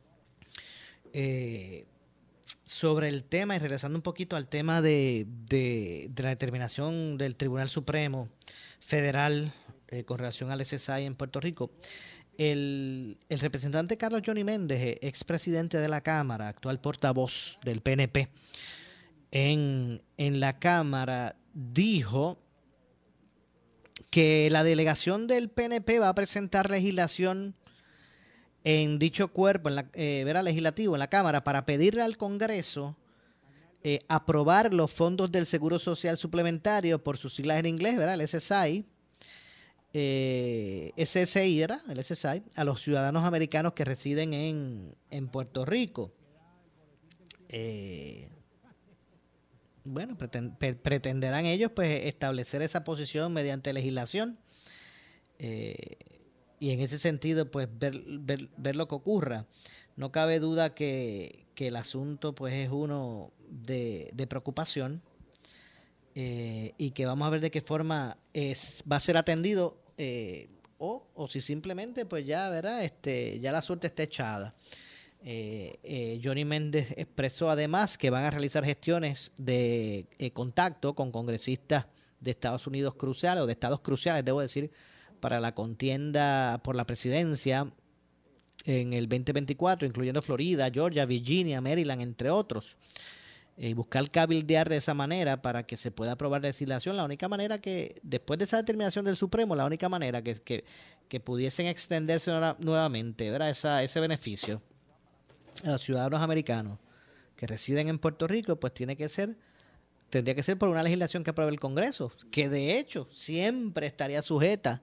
Eh, sobre el tema y regresando un poquito al tema de, de, de la determinación del Tribunal Supremo Federal eh, con relación al S S I en Puerto Rico, el, el representante Carlos Johnny Méndez, expresidente de la Cámara, actual portavoz del P N P en, en la Cámara, dijo que la delegación del P N P va a presentar legislación en dicho cuerpo, en la, eh, verá, legislativo, en la Cámara, para pedirle al Congreso eh, aprobar los fondos del Seguro Social Suplementario, por sus siglas en inglés, ¿verdad? El S S I, eh, S S I, ¿verdad? El S S I, a los ciudadanos americanos que residen en, en Puerto Rico. Eh... Bueno, pretenderán ellos pues establecer esa posición mediante legislación eh, y en ese sentido pues ver, ver, ver lo que ocurra. No cabe duda que, que el asunto pues es uno de, de preocupación eh, y que vamos a ver de qué forma es, va a ser atendido eh, o, o si simplemente pues ya, ¿verdad? Este, ya la suerte está echada. Eh, eh, Johnny Méndez expresó además que van a realizar gestiones de eh, contacto con congresistas de Estados Unidos cruciales, o de estados cruciales, debo decir, para la contienda por la presidencia en el veinte veinticuatro, incluyendo Florida, Georgia, Virginia, Maryland, entre otros. Y eh, buscar cabildear de esa manera para que se pueda aprobar legislación. La única manera que, después de esa determinación del Supremo, la única manera que, que, que pudiesen extenderse nuevamente, ¿verdad? Esa, ese beneficio a los ciudadanos americanos que residen en Puerto Rico, pues tiene que ser, tendría que ser por una legislación que apruebe el Congreso, que de hecho siempre estaría sujeta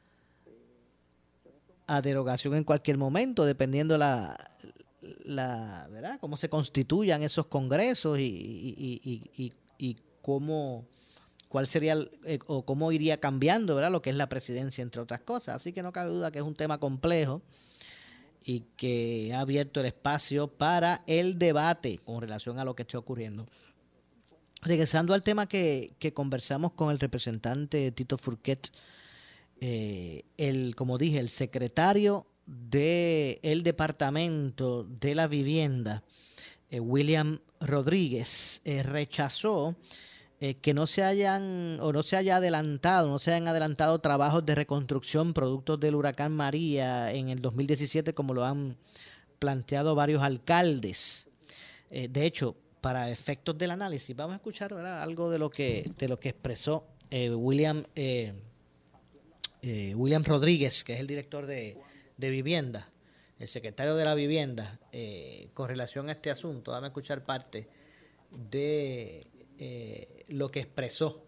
a derogación en cualquier momento, dependiendo la, la ¿verdad? Cómo se constituyan esos congresos y, y, y, y, y cómo, cuál sería el, eh, o cómo iría cambiando, ¿verdad? Lo que es la presidencia, entre otras cosas. Así que no cabe duda que es un tema complejo y que ha abierto el espacio para el debate con relación a lo que esté ocurriendo. Regresando al tema que, que conversamos con el representante Tito Furquet, eh, el, como dije, el secretario del Departamento de la Vivienda, eh, William Rodríguez, eh, rechazó eh, que no se hayan o no se haya adelantado, no se hayan adelantado trabajos de reconstrucción productos del huracán María en el dos mil diecisiete, como lo han planteado varios alcaldes. Eh, de hecho, para efectos del análisis, vamos a escuchar, ¿verdad?, algo de lo que de lo que expresó eh, William eh, eh, William Rodríguez, que es el director de, de Vivienda, el secretario de la Vivienda, eh, con relación a este asunto. Dame escuchar parte de eh, lo que expresó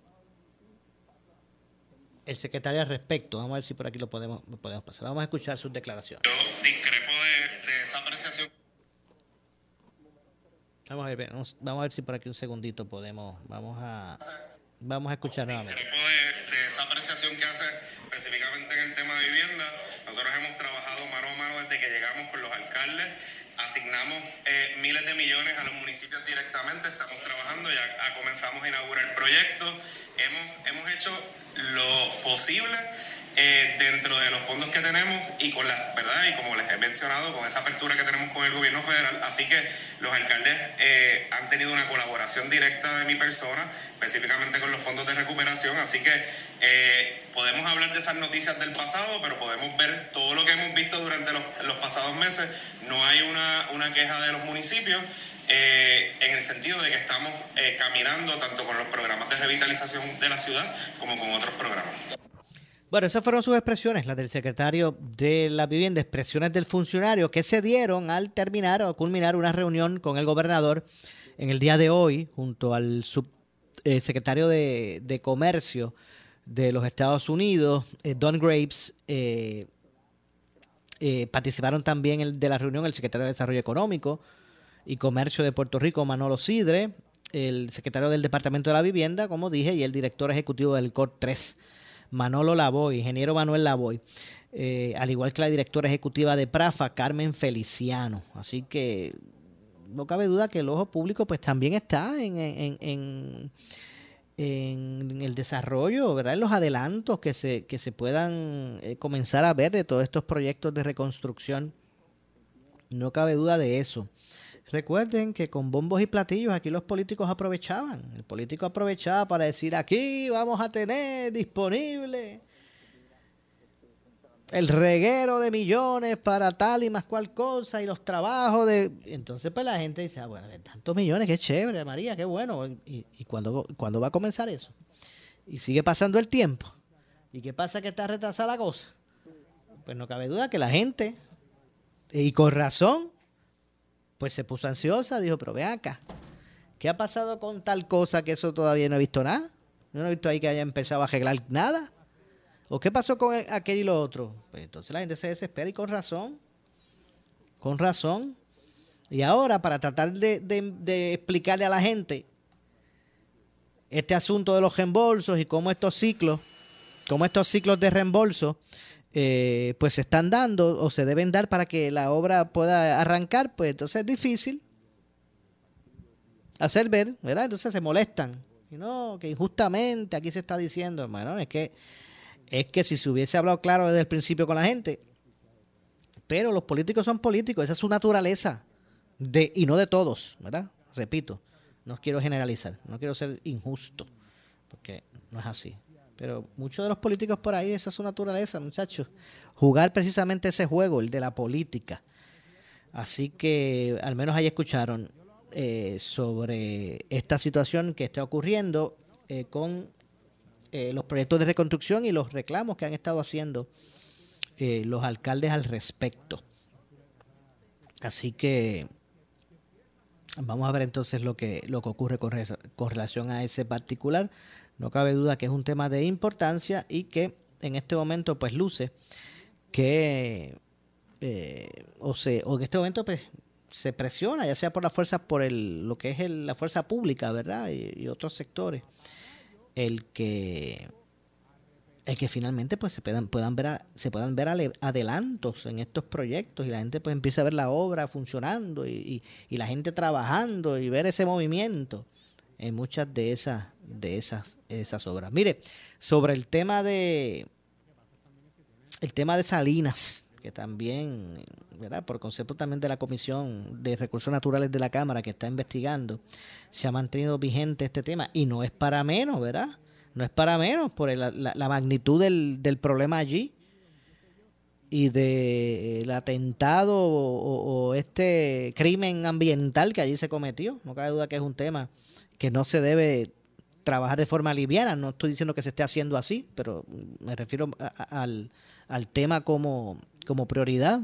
el secretario al respecto. Vamos a ver si por aquí lo podemos, lo podemos pasar. Vamos a escuchar sus declaraciones. Yo discrepo de, de esa apreciación. Vamos a ver, vamos, vamos a ver si por aquí un segundito podemos, vamos a, vamos a escuchar nuevamente. Discrepo de, de esa apreciación que hace específicamente en el tema de vivienda. Nosotros hemos trabajado mano a mano desde que llegamos con los alcaldes, asignamos eh, miles de millones a los municipios directamente, estamos trabajando, ya a, comenzamos a inaugurar proyectos, hemos, hemos hecho lo posible eh, dentro de los fondos que tenemos y con la verdad, y como les he mencionado, con esa apertura que tenemos con el gobierno federal, así que los alcaldes eh, han tenido una colaboración directa de mi persona, específicamente con los fondos de recuperación, así que eh, podemos hablar de esas noticias del pasado, pero podemos ver todo lo que hemos visto durante los, los pasados meses. No hay una, una queja de los municipios, eh, en el sentido de que estamos eh, caminando tanto con los programas de revitalización de la ciudad como con otros programas. Bueno, esas fueron sus expresiones, las del secretario de la Vivienda, expresiones del funcionario que se dieron al terminar o culminar una reunión con el gobernador en el día de hoy, junto al subsecretario de, de Comercio de los Estados Unidos, eh, Don Graves. Eh, eh, participaron también el, de la reunión el secretario de Desarrollo Económico y Comercio de Puerto Rico, Manolo Sidre, el secretario del Departamento de la Vivienda, como dije, y el director ejecutivo del C O R tres, Manolo Lavoy, ingeniero Manuel Lavoy, eh, al igual que la directora ejecutiva de PRAFA, Carmen Feliciano. Así que no cabe duda que el ojo público pues también está en, en, en, en el desarrollo, ¿verdad?, en los adelantos que se, que se puedan eh, comenzar a ver de todos estos proyectos de reconstrucción. No cabe duda de eso. Recuerden que con bombos y platillos aquí los políticos aprovechaban. El político aprovechaba para decir: aquí vamos a tener disponible el reguero de millones para tal y más cual cosa y los trabajos de... Entonces pues la gente dice: ah, bueno, tantos millones, qué chévere, María, qué bueno. ¿Y, y cuándo, cuándo va a comenzar eso? Y sigue pasando el tiempo. ¿Y qué pasa que está retrasada la cosa? Pues no cabe duda que la gente, y con razón, pues se puso ansiosa, dijo: pero ve acá, ¿qué ha pasado con tal cosa que eso todavía no he visto nada? No he visto ahí que haya empezado a arreglar nada. ¿O qué pasó con aquello y lo otro? Pues entonces la gente se desespera, y con razón, con razón. Y ahora, para tratar de, de, de explicarle a la gente este asunto de los reembolsos y cómo estos ciclos, cómo estos ciclos de reembolso Eh, pues se están dando o se deben dar para que la obra pueda arrancar, pues entonces es difícil hacer ver, ¿verdad? Entonces se molestan. Y no, que injustamente aquí se está diciendo, bueno, es que, es que si se hubiese hablado claro desde el principio con la gente, pero los políticos son políticos, esa es su naturaleza, de, y no de todos, ¿verdad? Repito, no quiero generalizar, no quiero ser injusto, porque no es así. Pero muchos de los políticos por ahí, esa es su naturaleza, muchachos. Jugar precisamente ese juego, el de la política. Así que al menos ahí escucharon eh, sobre esta situación que está ocurriendo eh, con eh, los proyectos de reconstrucción y los reclamos que han estado haciendo eh, los alcaldes al respecto. Así que vamos a ver entonces lo que, lo que ocurre con, re, con relación a ese particular. No cabe duda que es un tema de importancia y que en este momento pues luce que eh, o, se, o en este momento pues, se presiona, ya sea por la fuerza, por el, lo que es el, la fuerza pública, ¿verdad? Y, y otros sectores, el que el que finalmente pues se puedan, puedan ver a, se puedan ver ale, adelantos en estos proyectos y la gente pues empieza a ver la obra funcionando y, y, y la gente trabajando y ver ese movimiento en muchas de esas de esas esas obras. Mire, sobre el tema de el tema de Salinas, que también, ¿verdad?, por concepto también de la Comisión de Recursos Naturales de la Cámara que está investigando, se ha mantenido vigente este tema y no es para menos, ¿verdad? No es para menos por el, la, la magnitud del, del problema allí y del atentado o, o este crimen ambiental que allí se cometió. No cabe duda que es un tema que no se debe trabajar de forma liviana. No estoy diciendo que se esté haciendo así, pero me refiero a, a, al, al tema como, como prioridad.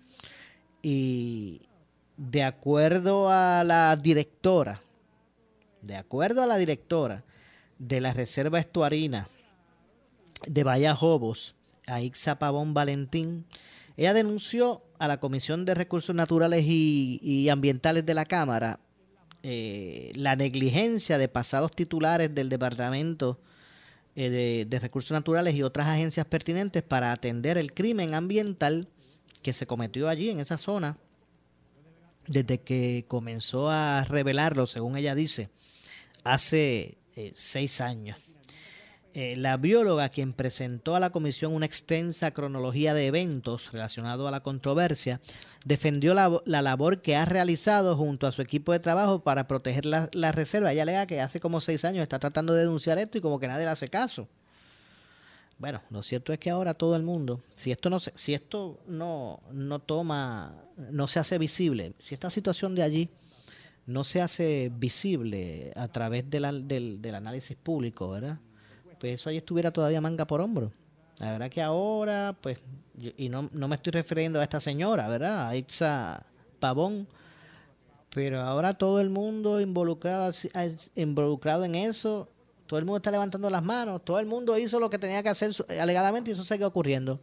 Y de acuerdo a la directora, de acuerdo a la directora de la Reserva Estuarina de Bahía Jobos, Aixa Pavón Valentín, ella denunció a la Comisión de Recursos Naturales y, y Ambientales de la Cámara eh, la negligencia de pasados titulares del Departamento eh, de, de Recursos Naturales y otras agencias pertinentes para atender el crimen ambiental que se cometió allí en esa zona desde que comenzó a revelarlo, según ella dice, hace eh, seis años. Eh, la bióloga, quien presentó a la comisión una extensa cronología de eventos relacionados a la controversia, defendió la, la labor que ha realizado junto a su equipo de trabajo para proteger la, la reserva. Ella alega que hace como seis años está tratando de denunciar esto y como que nadie le hace caso. Bueno, lo cierto es que ahora todo el mundo, si esto no se, si esto no, no toma, no se hace visible, si esta situación de allí no se hace visible a través de la, del, del análisis público, ¿verdad?, pues eso ahí estuviera todavía manga por hombro. La verdad que ahora, pues, yo, y no, no me estoy refiriendo a esta señora, ¿verdad?, a Aixa Pavón, pero ahora todo el mundo involucrado, involucrado en eso, todo el mundo está levantando las manos, todo el mundo hizo lo que tenía que hacer alegadamente y eso sigue ocurriendo.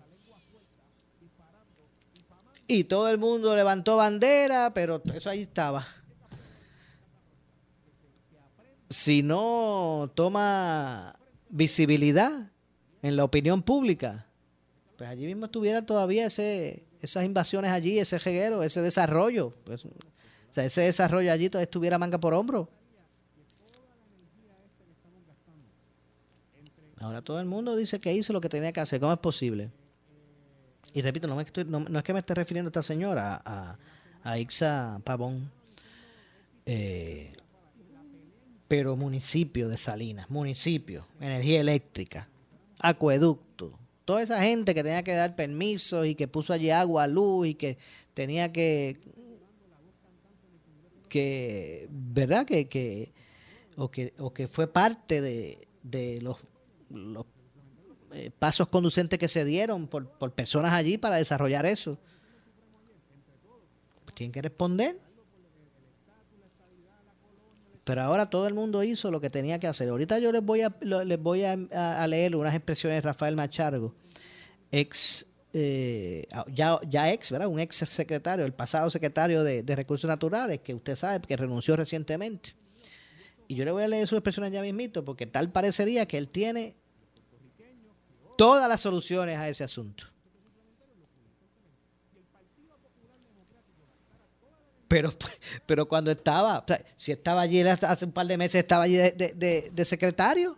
Y todo el mundo levantó bandera, pero eso ahí estaba. Si no toma visibilidad en la opinión pública, pues allí mismo estuviera todavía ese esas invasiones allí, ese reguero, ese desarrollo. Pues, o sea, ese desarrollo allí todavía estuviera manga por hombro. Ahora todo el mundo dice que hizo lo que tenía que hacer. ¿Cómo es posible? Y repito, no, me estoy, no, no es que me esté refiriendo a esta señora, a, a Aixa Pavón, eh, pero municipio de Salinas, municipio, energía eléctrica, acueducto, toda esa gente que tenía que dar permisos y que puso allí agua, luz y que tenía que, que ¿verdad? Que, que, o que, o que fue parte de, de los, los eh, pasos conducentes que se dieron por, por personas allí para desarrollar eso. Pues tienen que responder. Pero ahora todo el mundo hizo lo que tenía que hacer. Ahorita yo les voy a les voy a, a leer unas expresiones de Rafael Machargo, ex eh, ya, ya ex, ¿verdad? Un ex secretario, el pasado secretario de, de Recursos Naturales, que usted sabe que renunció recientemente. Y yo le voy a leer sus expresiones ya mismito, porque tal parecería que él tiene todas las soluciones a ese asunto. Pero, pero cuando estaba, o sea, si estaba allí hace un par de meses, estaba allí de, de, de, de secretario.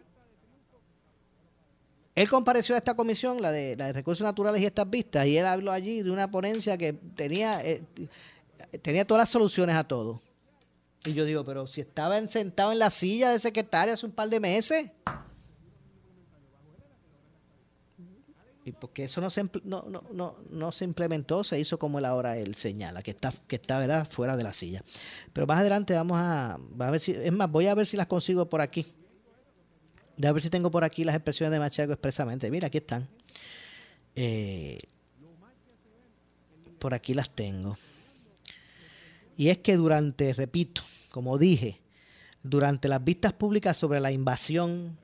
Él compareció a esta comisión, la de, la de Recursos Naturales y estas vistas, y él habló allí de una ponencia que tenía, eh, tenía todas las soluciones a todo. Y yo digo, pero si estaba sentado en la silla de secretario hace un par de meses. Y porque eso no se no, no, no, no se implementó, se hizo como él ahora él señala, que está, que está ¿verdad?, fuera de la silla. Pero más adelante vamos a, a ver si, es más, voy a ver si las consigo por aquí. Voy a ver si tengo por aquí las expresiones de Machargo expresamente. Mira, aquí están. Eh, por aquí las tengo. Y es que durante, repito, como dije, durante las vistas públicas sobre la invasión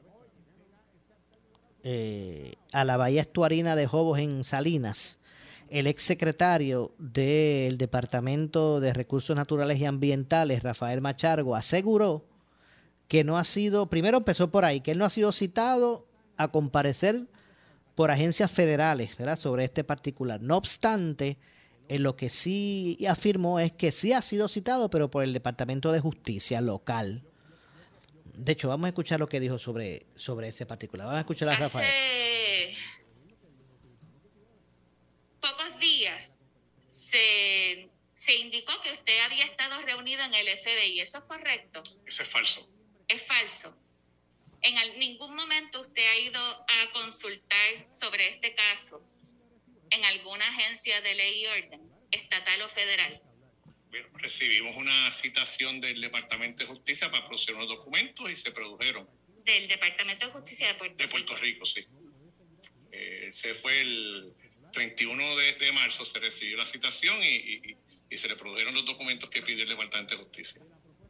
Eh, a la bahía estuarina de Jobos en Salinas, el exsecretario del Departamento de Recursos Naturales y Ambientales, Rafael Machargo, aseguró que no ha sido, primero empezó por ahí, que él no ha sido citado a comparecer por agencias federales, ¿verdad?, sobre este particular. No obstante, en lo que sí afirmó es que sí ha sido citado, pero por el Departamento de Justicia local. De hecho, vamos a escuchar lo que dijo sobre, sobre ese particular. Vamos a escuchar a Rafael. Hace pocos días se, se indicó que usted había estado reunido en el F B I. ¿Eso es correcto? Eso es falso. Es falso. En al, ningún momento usted ha ido a consultar sobre este caso en alguna agencia de ley y orden, estatal o federal. Bueno, recibimos una citación del Departamento de Justicia para producir unos documentos y se produjeron. Del Departamento de Justicia de Puerto Rico. De Puerto Rico, sí. Eh, se fue el treinta y uno de, de marzo, se recibió la citación y, y, y se le produjeron los documentos que pidió el Departamento de Justicia.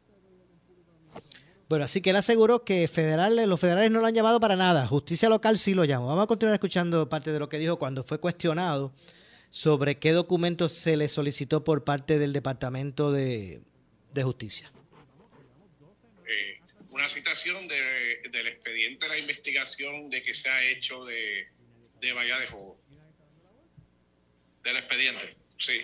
Bueno, así que él aseguró que federales, los federales no lo han llamado para nada. Justicia local sí lo llamó. Vamos a continuar escuchando parte de lo que dijo cuando fue cuestionado sobre qué documentos se le solicitó por parte del Departamento de, de Justicia. Eh, una citación de, del expediente de la investigación de que se ha hecho de, de Bahía de Jobo. ¿Del expediente? Sí.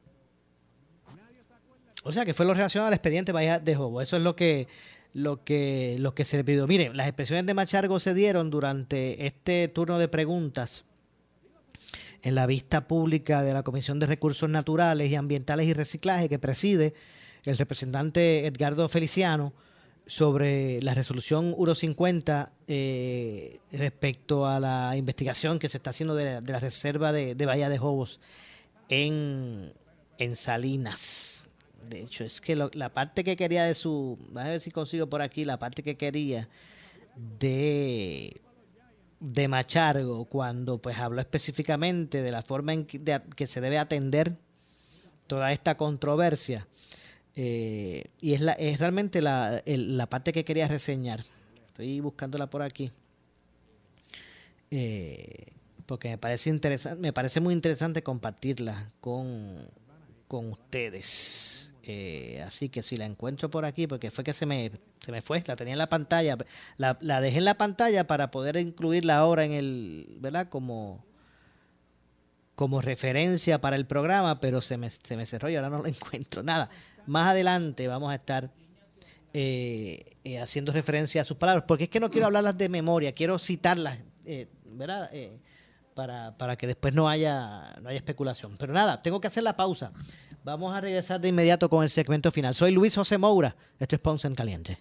O sea, que fue lo relacionado al expediente Bahía de Jobo. Eso es lo que, lo que, lo que se le pidió. Mire, las expresiones de Machargo se dieron durante este turno de preguntas en la vista pública de la Comisión de Recursos Naturales y Ambientales y Reciclaje que preside el representante Edgardo Feliciano sobre la resolución uno cincuenta eh, respecto a la investigación que se está haciendo de la, de la reserva de, de Bahía de Jobos en, en Salinas. De hecho, es que lo, la parte que quería de su... A ver si consigo por aquí la parte que quería de... de Machargo, cuando pues habló específicamente de la forma en que, de, que se debe atender toda esta controversia, eh, y es la es realmente la, el, la parte que quería reseñar. Estoy buscándola por aquí, eh, porque me parece interesante, me parece muy interesante compartirla con, con ustedes. Eh, así que si la encuentro por aquí, porque fue que se me se me fue, la tenía en la pantalla, la, la dejé en la pantalla para poder incluirla ahora en el, ¿verdad? Como, como referencia para el programa, pero se me, se me cerró y ahora no la encuentro. Nada, más adelante vamos a estar eh, eh, haciendo referencia a sus palabras, porque es que no quiero hablarlas de memoria, quiero citarlas, eh, ¿verdad? Eh, para, para que después no haya, no haya especulación. Pero nada, tengo que hacer la pausa. Vamos a regresar de inmediato con el segmento final. Soy Luis José Moura. Esto es Ponce en Caliente.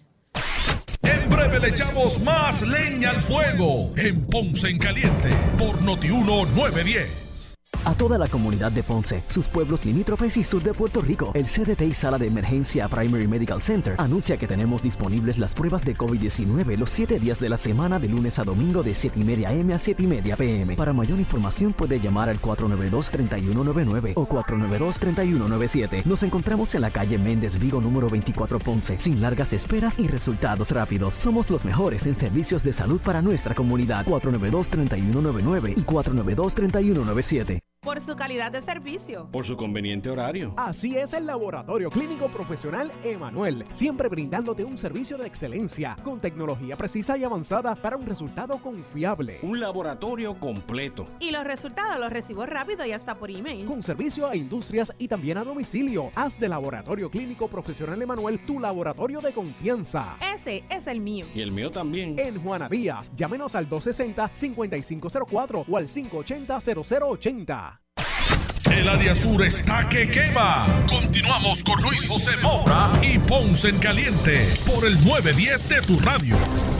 En breve le echamos más leña al fuego en Ponce en Caliente por Noti uno nueve diez. A toda la comunidad de Ponce, sus pueblos limítrofes y sur de Puerto Rico, el C D T y Sala de Emergencia Primary Medical Center anuncia que tenemos disponibles las pruebas de COVID diecinueve los siete días de la semana de lunes a domingo de siete y media a m a siete y media p m Para mayor información puede llamar al cuatro nueve dos, tres uno nueve nueve o cuatro nueve dos, tres uno nueve siete. Nos encontramos en la calle Méndez Vigo número veinticuatro Ponce, sin largas esperas y resultados rápidos. Somos los mejores en servicios de salud para nuestra comunidad. cuatro nueve dos, tres uno nueve nueve y cuatro nueve dos, tres uno nueve siete. Por su calidad de servicio. Por su conveniente horario. Así es el Laboratorio Clínico Profesional Emanuel, siempre brindándote un servicio de excelencia, con tecnología precisa y avanzada para un resultado confiable. Un laboratorio completo. Y los resultados los recibo rápido y hasta por email. Con servicio a industrias y también a domicilio. Haz de Laboratorio Clínico Profesional Emanuel tu laboratorio de confianza. Ese es el mío. Y el mío también. En Juana Díaz, llámenos al dos sesenta, cincuenta y cinco cero cuatro o al cinco ochenta, cero cero ochenta. El área sur está que quema. Continuamos con Luis José Moura y Ponce en Caliente por el nueve diez de tu radio.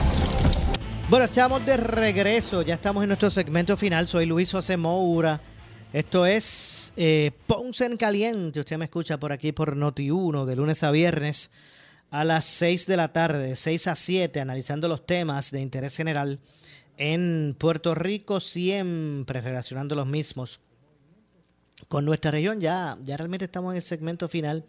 Bueno, estamos de regreso. Ya estamos en nuestro segmento final. Soy Luis José Moura. Esto es eh, Ponce en Caliente. Usted me escucha por aquí por Noti uno de lunes a viernes a las seis de la tarde, seis a siete, analizando los temas de interés general en Puerto Rico, siempre relacionando los mismos con nuestra región. Ya, ya realmente estamos en el segmento final.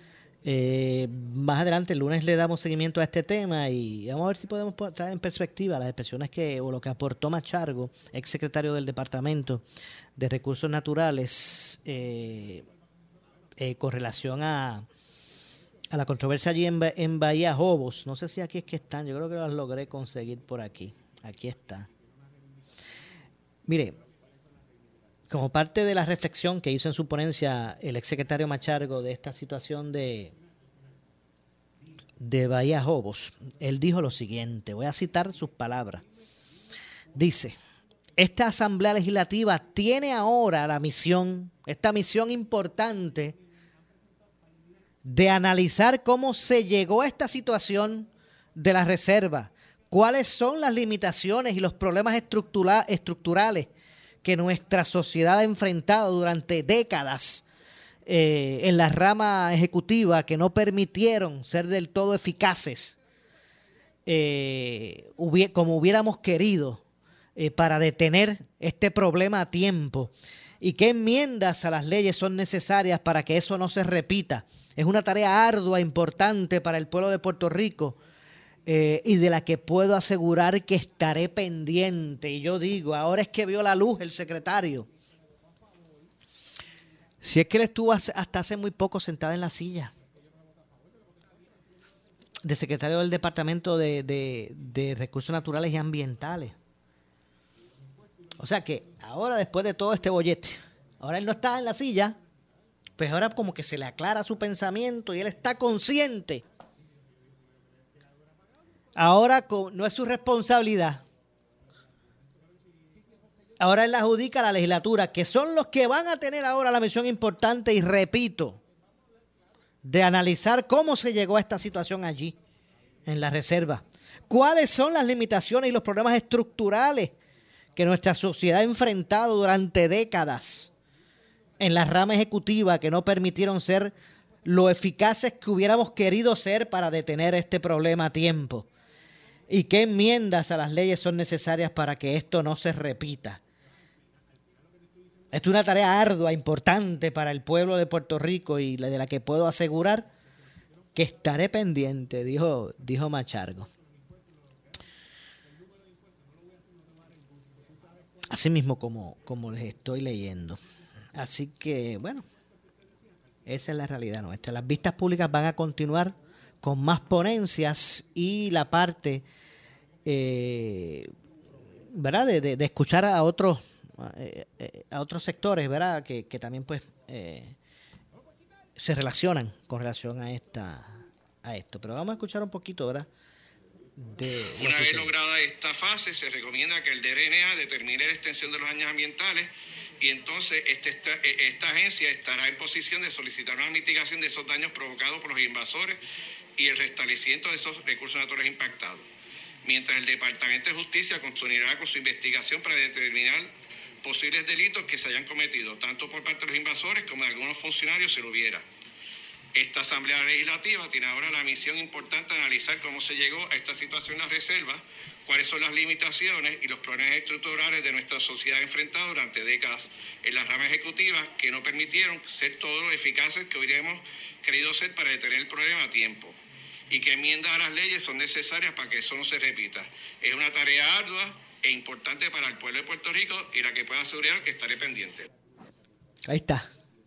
Eh, más adelante, el lunes, le damos seguimiento a este tema y vamos a ver si podemos traer en perspectiva las expresiones que o lo que aportó Machargo, ex secretario del Departamento de Recursos Naturales, eh, eh, con relación a, a la controversia allí en, en Bahía Jobos. No sé si aquí es que están, yo creo que las logré conseguir por aquí. Aquí está. Mire, como parte de la reflexión que hizo en su ponencia el exsecretario Machargo de esta situación de, de Bahía Jobos, él dijo lo siguiente, voy a citar sus palabras. Dice, esta Asamblea Legislativa tiene ahora la misión, esta misión importante de analizar cómo se llegó a esta situación de la reserva, cuáles son las limitaciones y los problemas estructura- estructurales que nuestra sociedad ha enfrentado durante décadas eh, en la rama ejecutiva que no permitieron ser del todo eficaces eh, hubi- como hubiéramos querido eh, para detener este problema a tiempo. ¿Y qué enmiendas a las leyes son necesarias para que eso no se repita? Es una tarea ardua, importante para el pueblo de Puerto Rico eh, y de la que puedo asegurar que estaré pendiente. Y yo digo, ahora es que vio la luz el secretario. Si es que él estuvo hasta hace muy poco sentado en la silla de secretario del Departamento de, de, de Recursos Naturales y Ambientales. O sea que ahora, después de todo este bollete, ahora él no está en la silla, pues ahora como que se le aclara su pensamiento y él está consciente. Ahora no es su responsabilidad. Ahora él la adjudica a la legislatura, que son los que van a tener ahora la misión importante, y repito, de analizar cómo se llegó a esta situación allí, en la reserva. ¿Cuáles son las limitaciones y los problemas estructurales que nuestra sociedad ha enfrentado durante décadas en la rama ejecutiva que no permitieron ser lo eficaces que hubiéramos querido ser para detener este problema a tiempo? ¿Y qué enmiendas a las leyes son necesarias para que esto no se repita? Esto es una tarea ardua, importante para el pueblo de Puerto Rico y de la que puedo asegurar que estaré pendiente, dijo, dijo Machargo. Así mismo como, como les estoy leyendo. Así que, bueno, esa es la realidad nuestra. Las vistas públicas van a continuar con más ponencias y la parte, eh, ¿verdad?, de, de, de escuchar a otros eh, eh, a otros sectores, ¿verdad?, que, que también pues eh, se relacionan con relación a esta a esto. Pero vamos a escuchar un poquito, ¿verdad? De Una vez lograda esta fase, se recomienda que el D R N A determine la extensión de los daños ambientales y entonces este, esta, esta agencia estará en posición de solicitar una mitigación de esos daños provocados por los invasores y el restablecimiento de esos recursos naturales impactados. Mientras el Departamento de Justicia continuará con su investigación para determinar posibles delitos que se hayan cometido, tanto por parte de los invasores como de algunos funcionarios si lo hubiera. Esta Asamblea Legislativa tiene ahora la misión importante de analizar cómo se llegó a esta situación en la reserva, cuáles son las limitaciones y los problemas estructurales de nuestra sociedad enfrentada durante décadas en las ramas ejecutivas que no permitieron ser todos los eficaces que hubiéramos querido ser para detener el problema a tiempo. Y qué enmiendas a las leyes son necesarias para que eso no se repita. Es una tarea ardua e importante para el pueblo de Puerto Rico y la que puedo asegurar que estaré pendiente. Ahí está.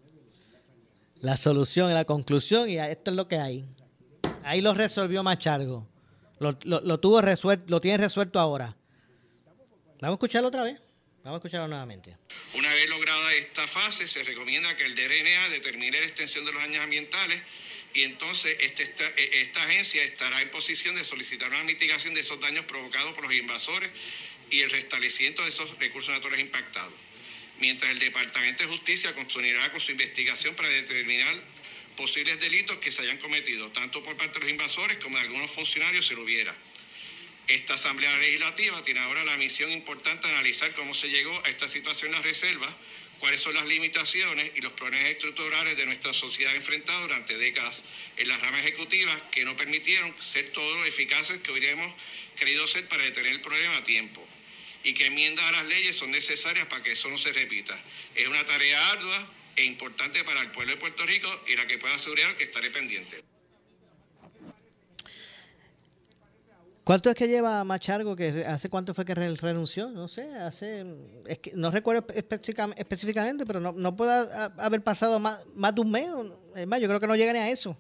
La solución y la conclusión, y esto es lo que hay. Ahí lo resolvió Machargo. Lo, lo, lo tuvo resuelto, lo tiene resuelto ahora. Vamos a escucharlo otra vez. Vamos a escucharlo nuevamente. Una vez lograda esta fase, se recomienda que el D R N A determine la extensión de los daños ambientales y entonces este, esta, esta agencia estará en posición de solicitar una mitigación de esos daños provocados por los invasores y el restablecimiento de esos recursos naturales impactados. Mientras el Departamento de Justicia continuará con su investigación para determinar posibles delitos que se hayan cometido, tanto por parte de los invasores como de algunos funcionarios si lo hubiera. Esta Asamblea Legislativa tiene ahora la misión importante de analizar cómo se llegó a esta situación en la reserva, cuáles son las limitaciones y los problemas estructurales de nuestra sociedad enfrentada durante décadas en las ramas ejecutivas que no permitieron ser todos los eficaces que hubiéramos querido ser para detener el problema a tiempo. Y qué enmiendas a las leyes son necesarias para que eso no se repita. Es una tarea ardua e importante para el pueblo de Puerto Rico y la que puedo asegurar que estaré pendiente. ¿Cuánto es que lleva Machargo? Que ¿Hace cuánto fue que renunció? No sé, hace... Es que no recuerdo específicamente, pero no, no puede haber pasado más, más de un mes. Es más, yo creo que no llega ni a eso.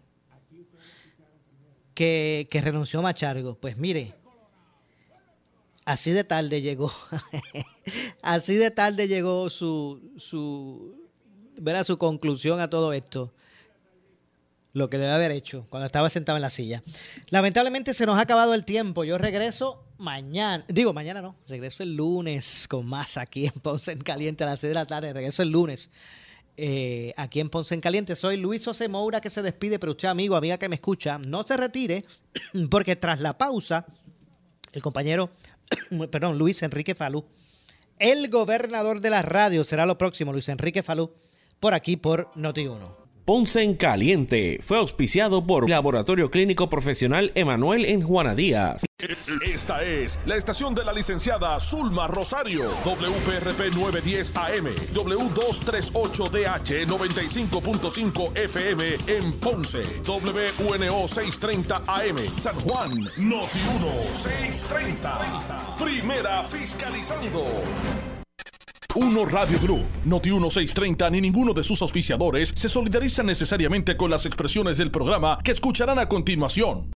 Que, que renunció Machargo. Pues mire, así de tarde llegó. Así de tarde llegó su, su, ver a su conclusión a todo esto. Lo que debe haber hecho cuando estaba sentado en la silla. Lamentablemente se nos ha acabado el tiempo. Yo regreso mañana. Digo, mañana no. Regreso el lunes con más aquí en Ponce en Caliente a las seis de la tarde. Regreso el lunes eh, aquí en Ponce en Caliente. Soy Luis José Moura que se despide, pero usted, amigo, amiga que me escucha, no se retire porque tras la pausa, el compañero, perdón, Luis Enrique Falú, el gobernador de la radio, será lo próximo, Luis Enrique Falú, por aquí por Noti uno. Ponce en Caliente fue auspiciado por Laboratorio Clínico Profesional Emanuel en Juana Díaz. Esta es la estación de la licenciada Zulma Rosario, W P R P novecientos diez A M, W doscientos treinta y ocho D H noventa y cinco punto cinco F M en Ponce, W U N O seiscientos treinta A M, San Juan, Noti uno seiscientos treinta, primera fiscalizando. Uno Radio Group, Noti uno seiscientos treinta ni ninguno de sus auspiciadores se solidarizan necesariamente con las expresiones del programa que escucharán a continuación.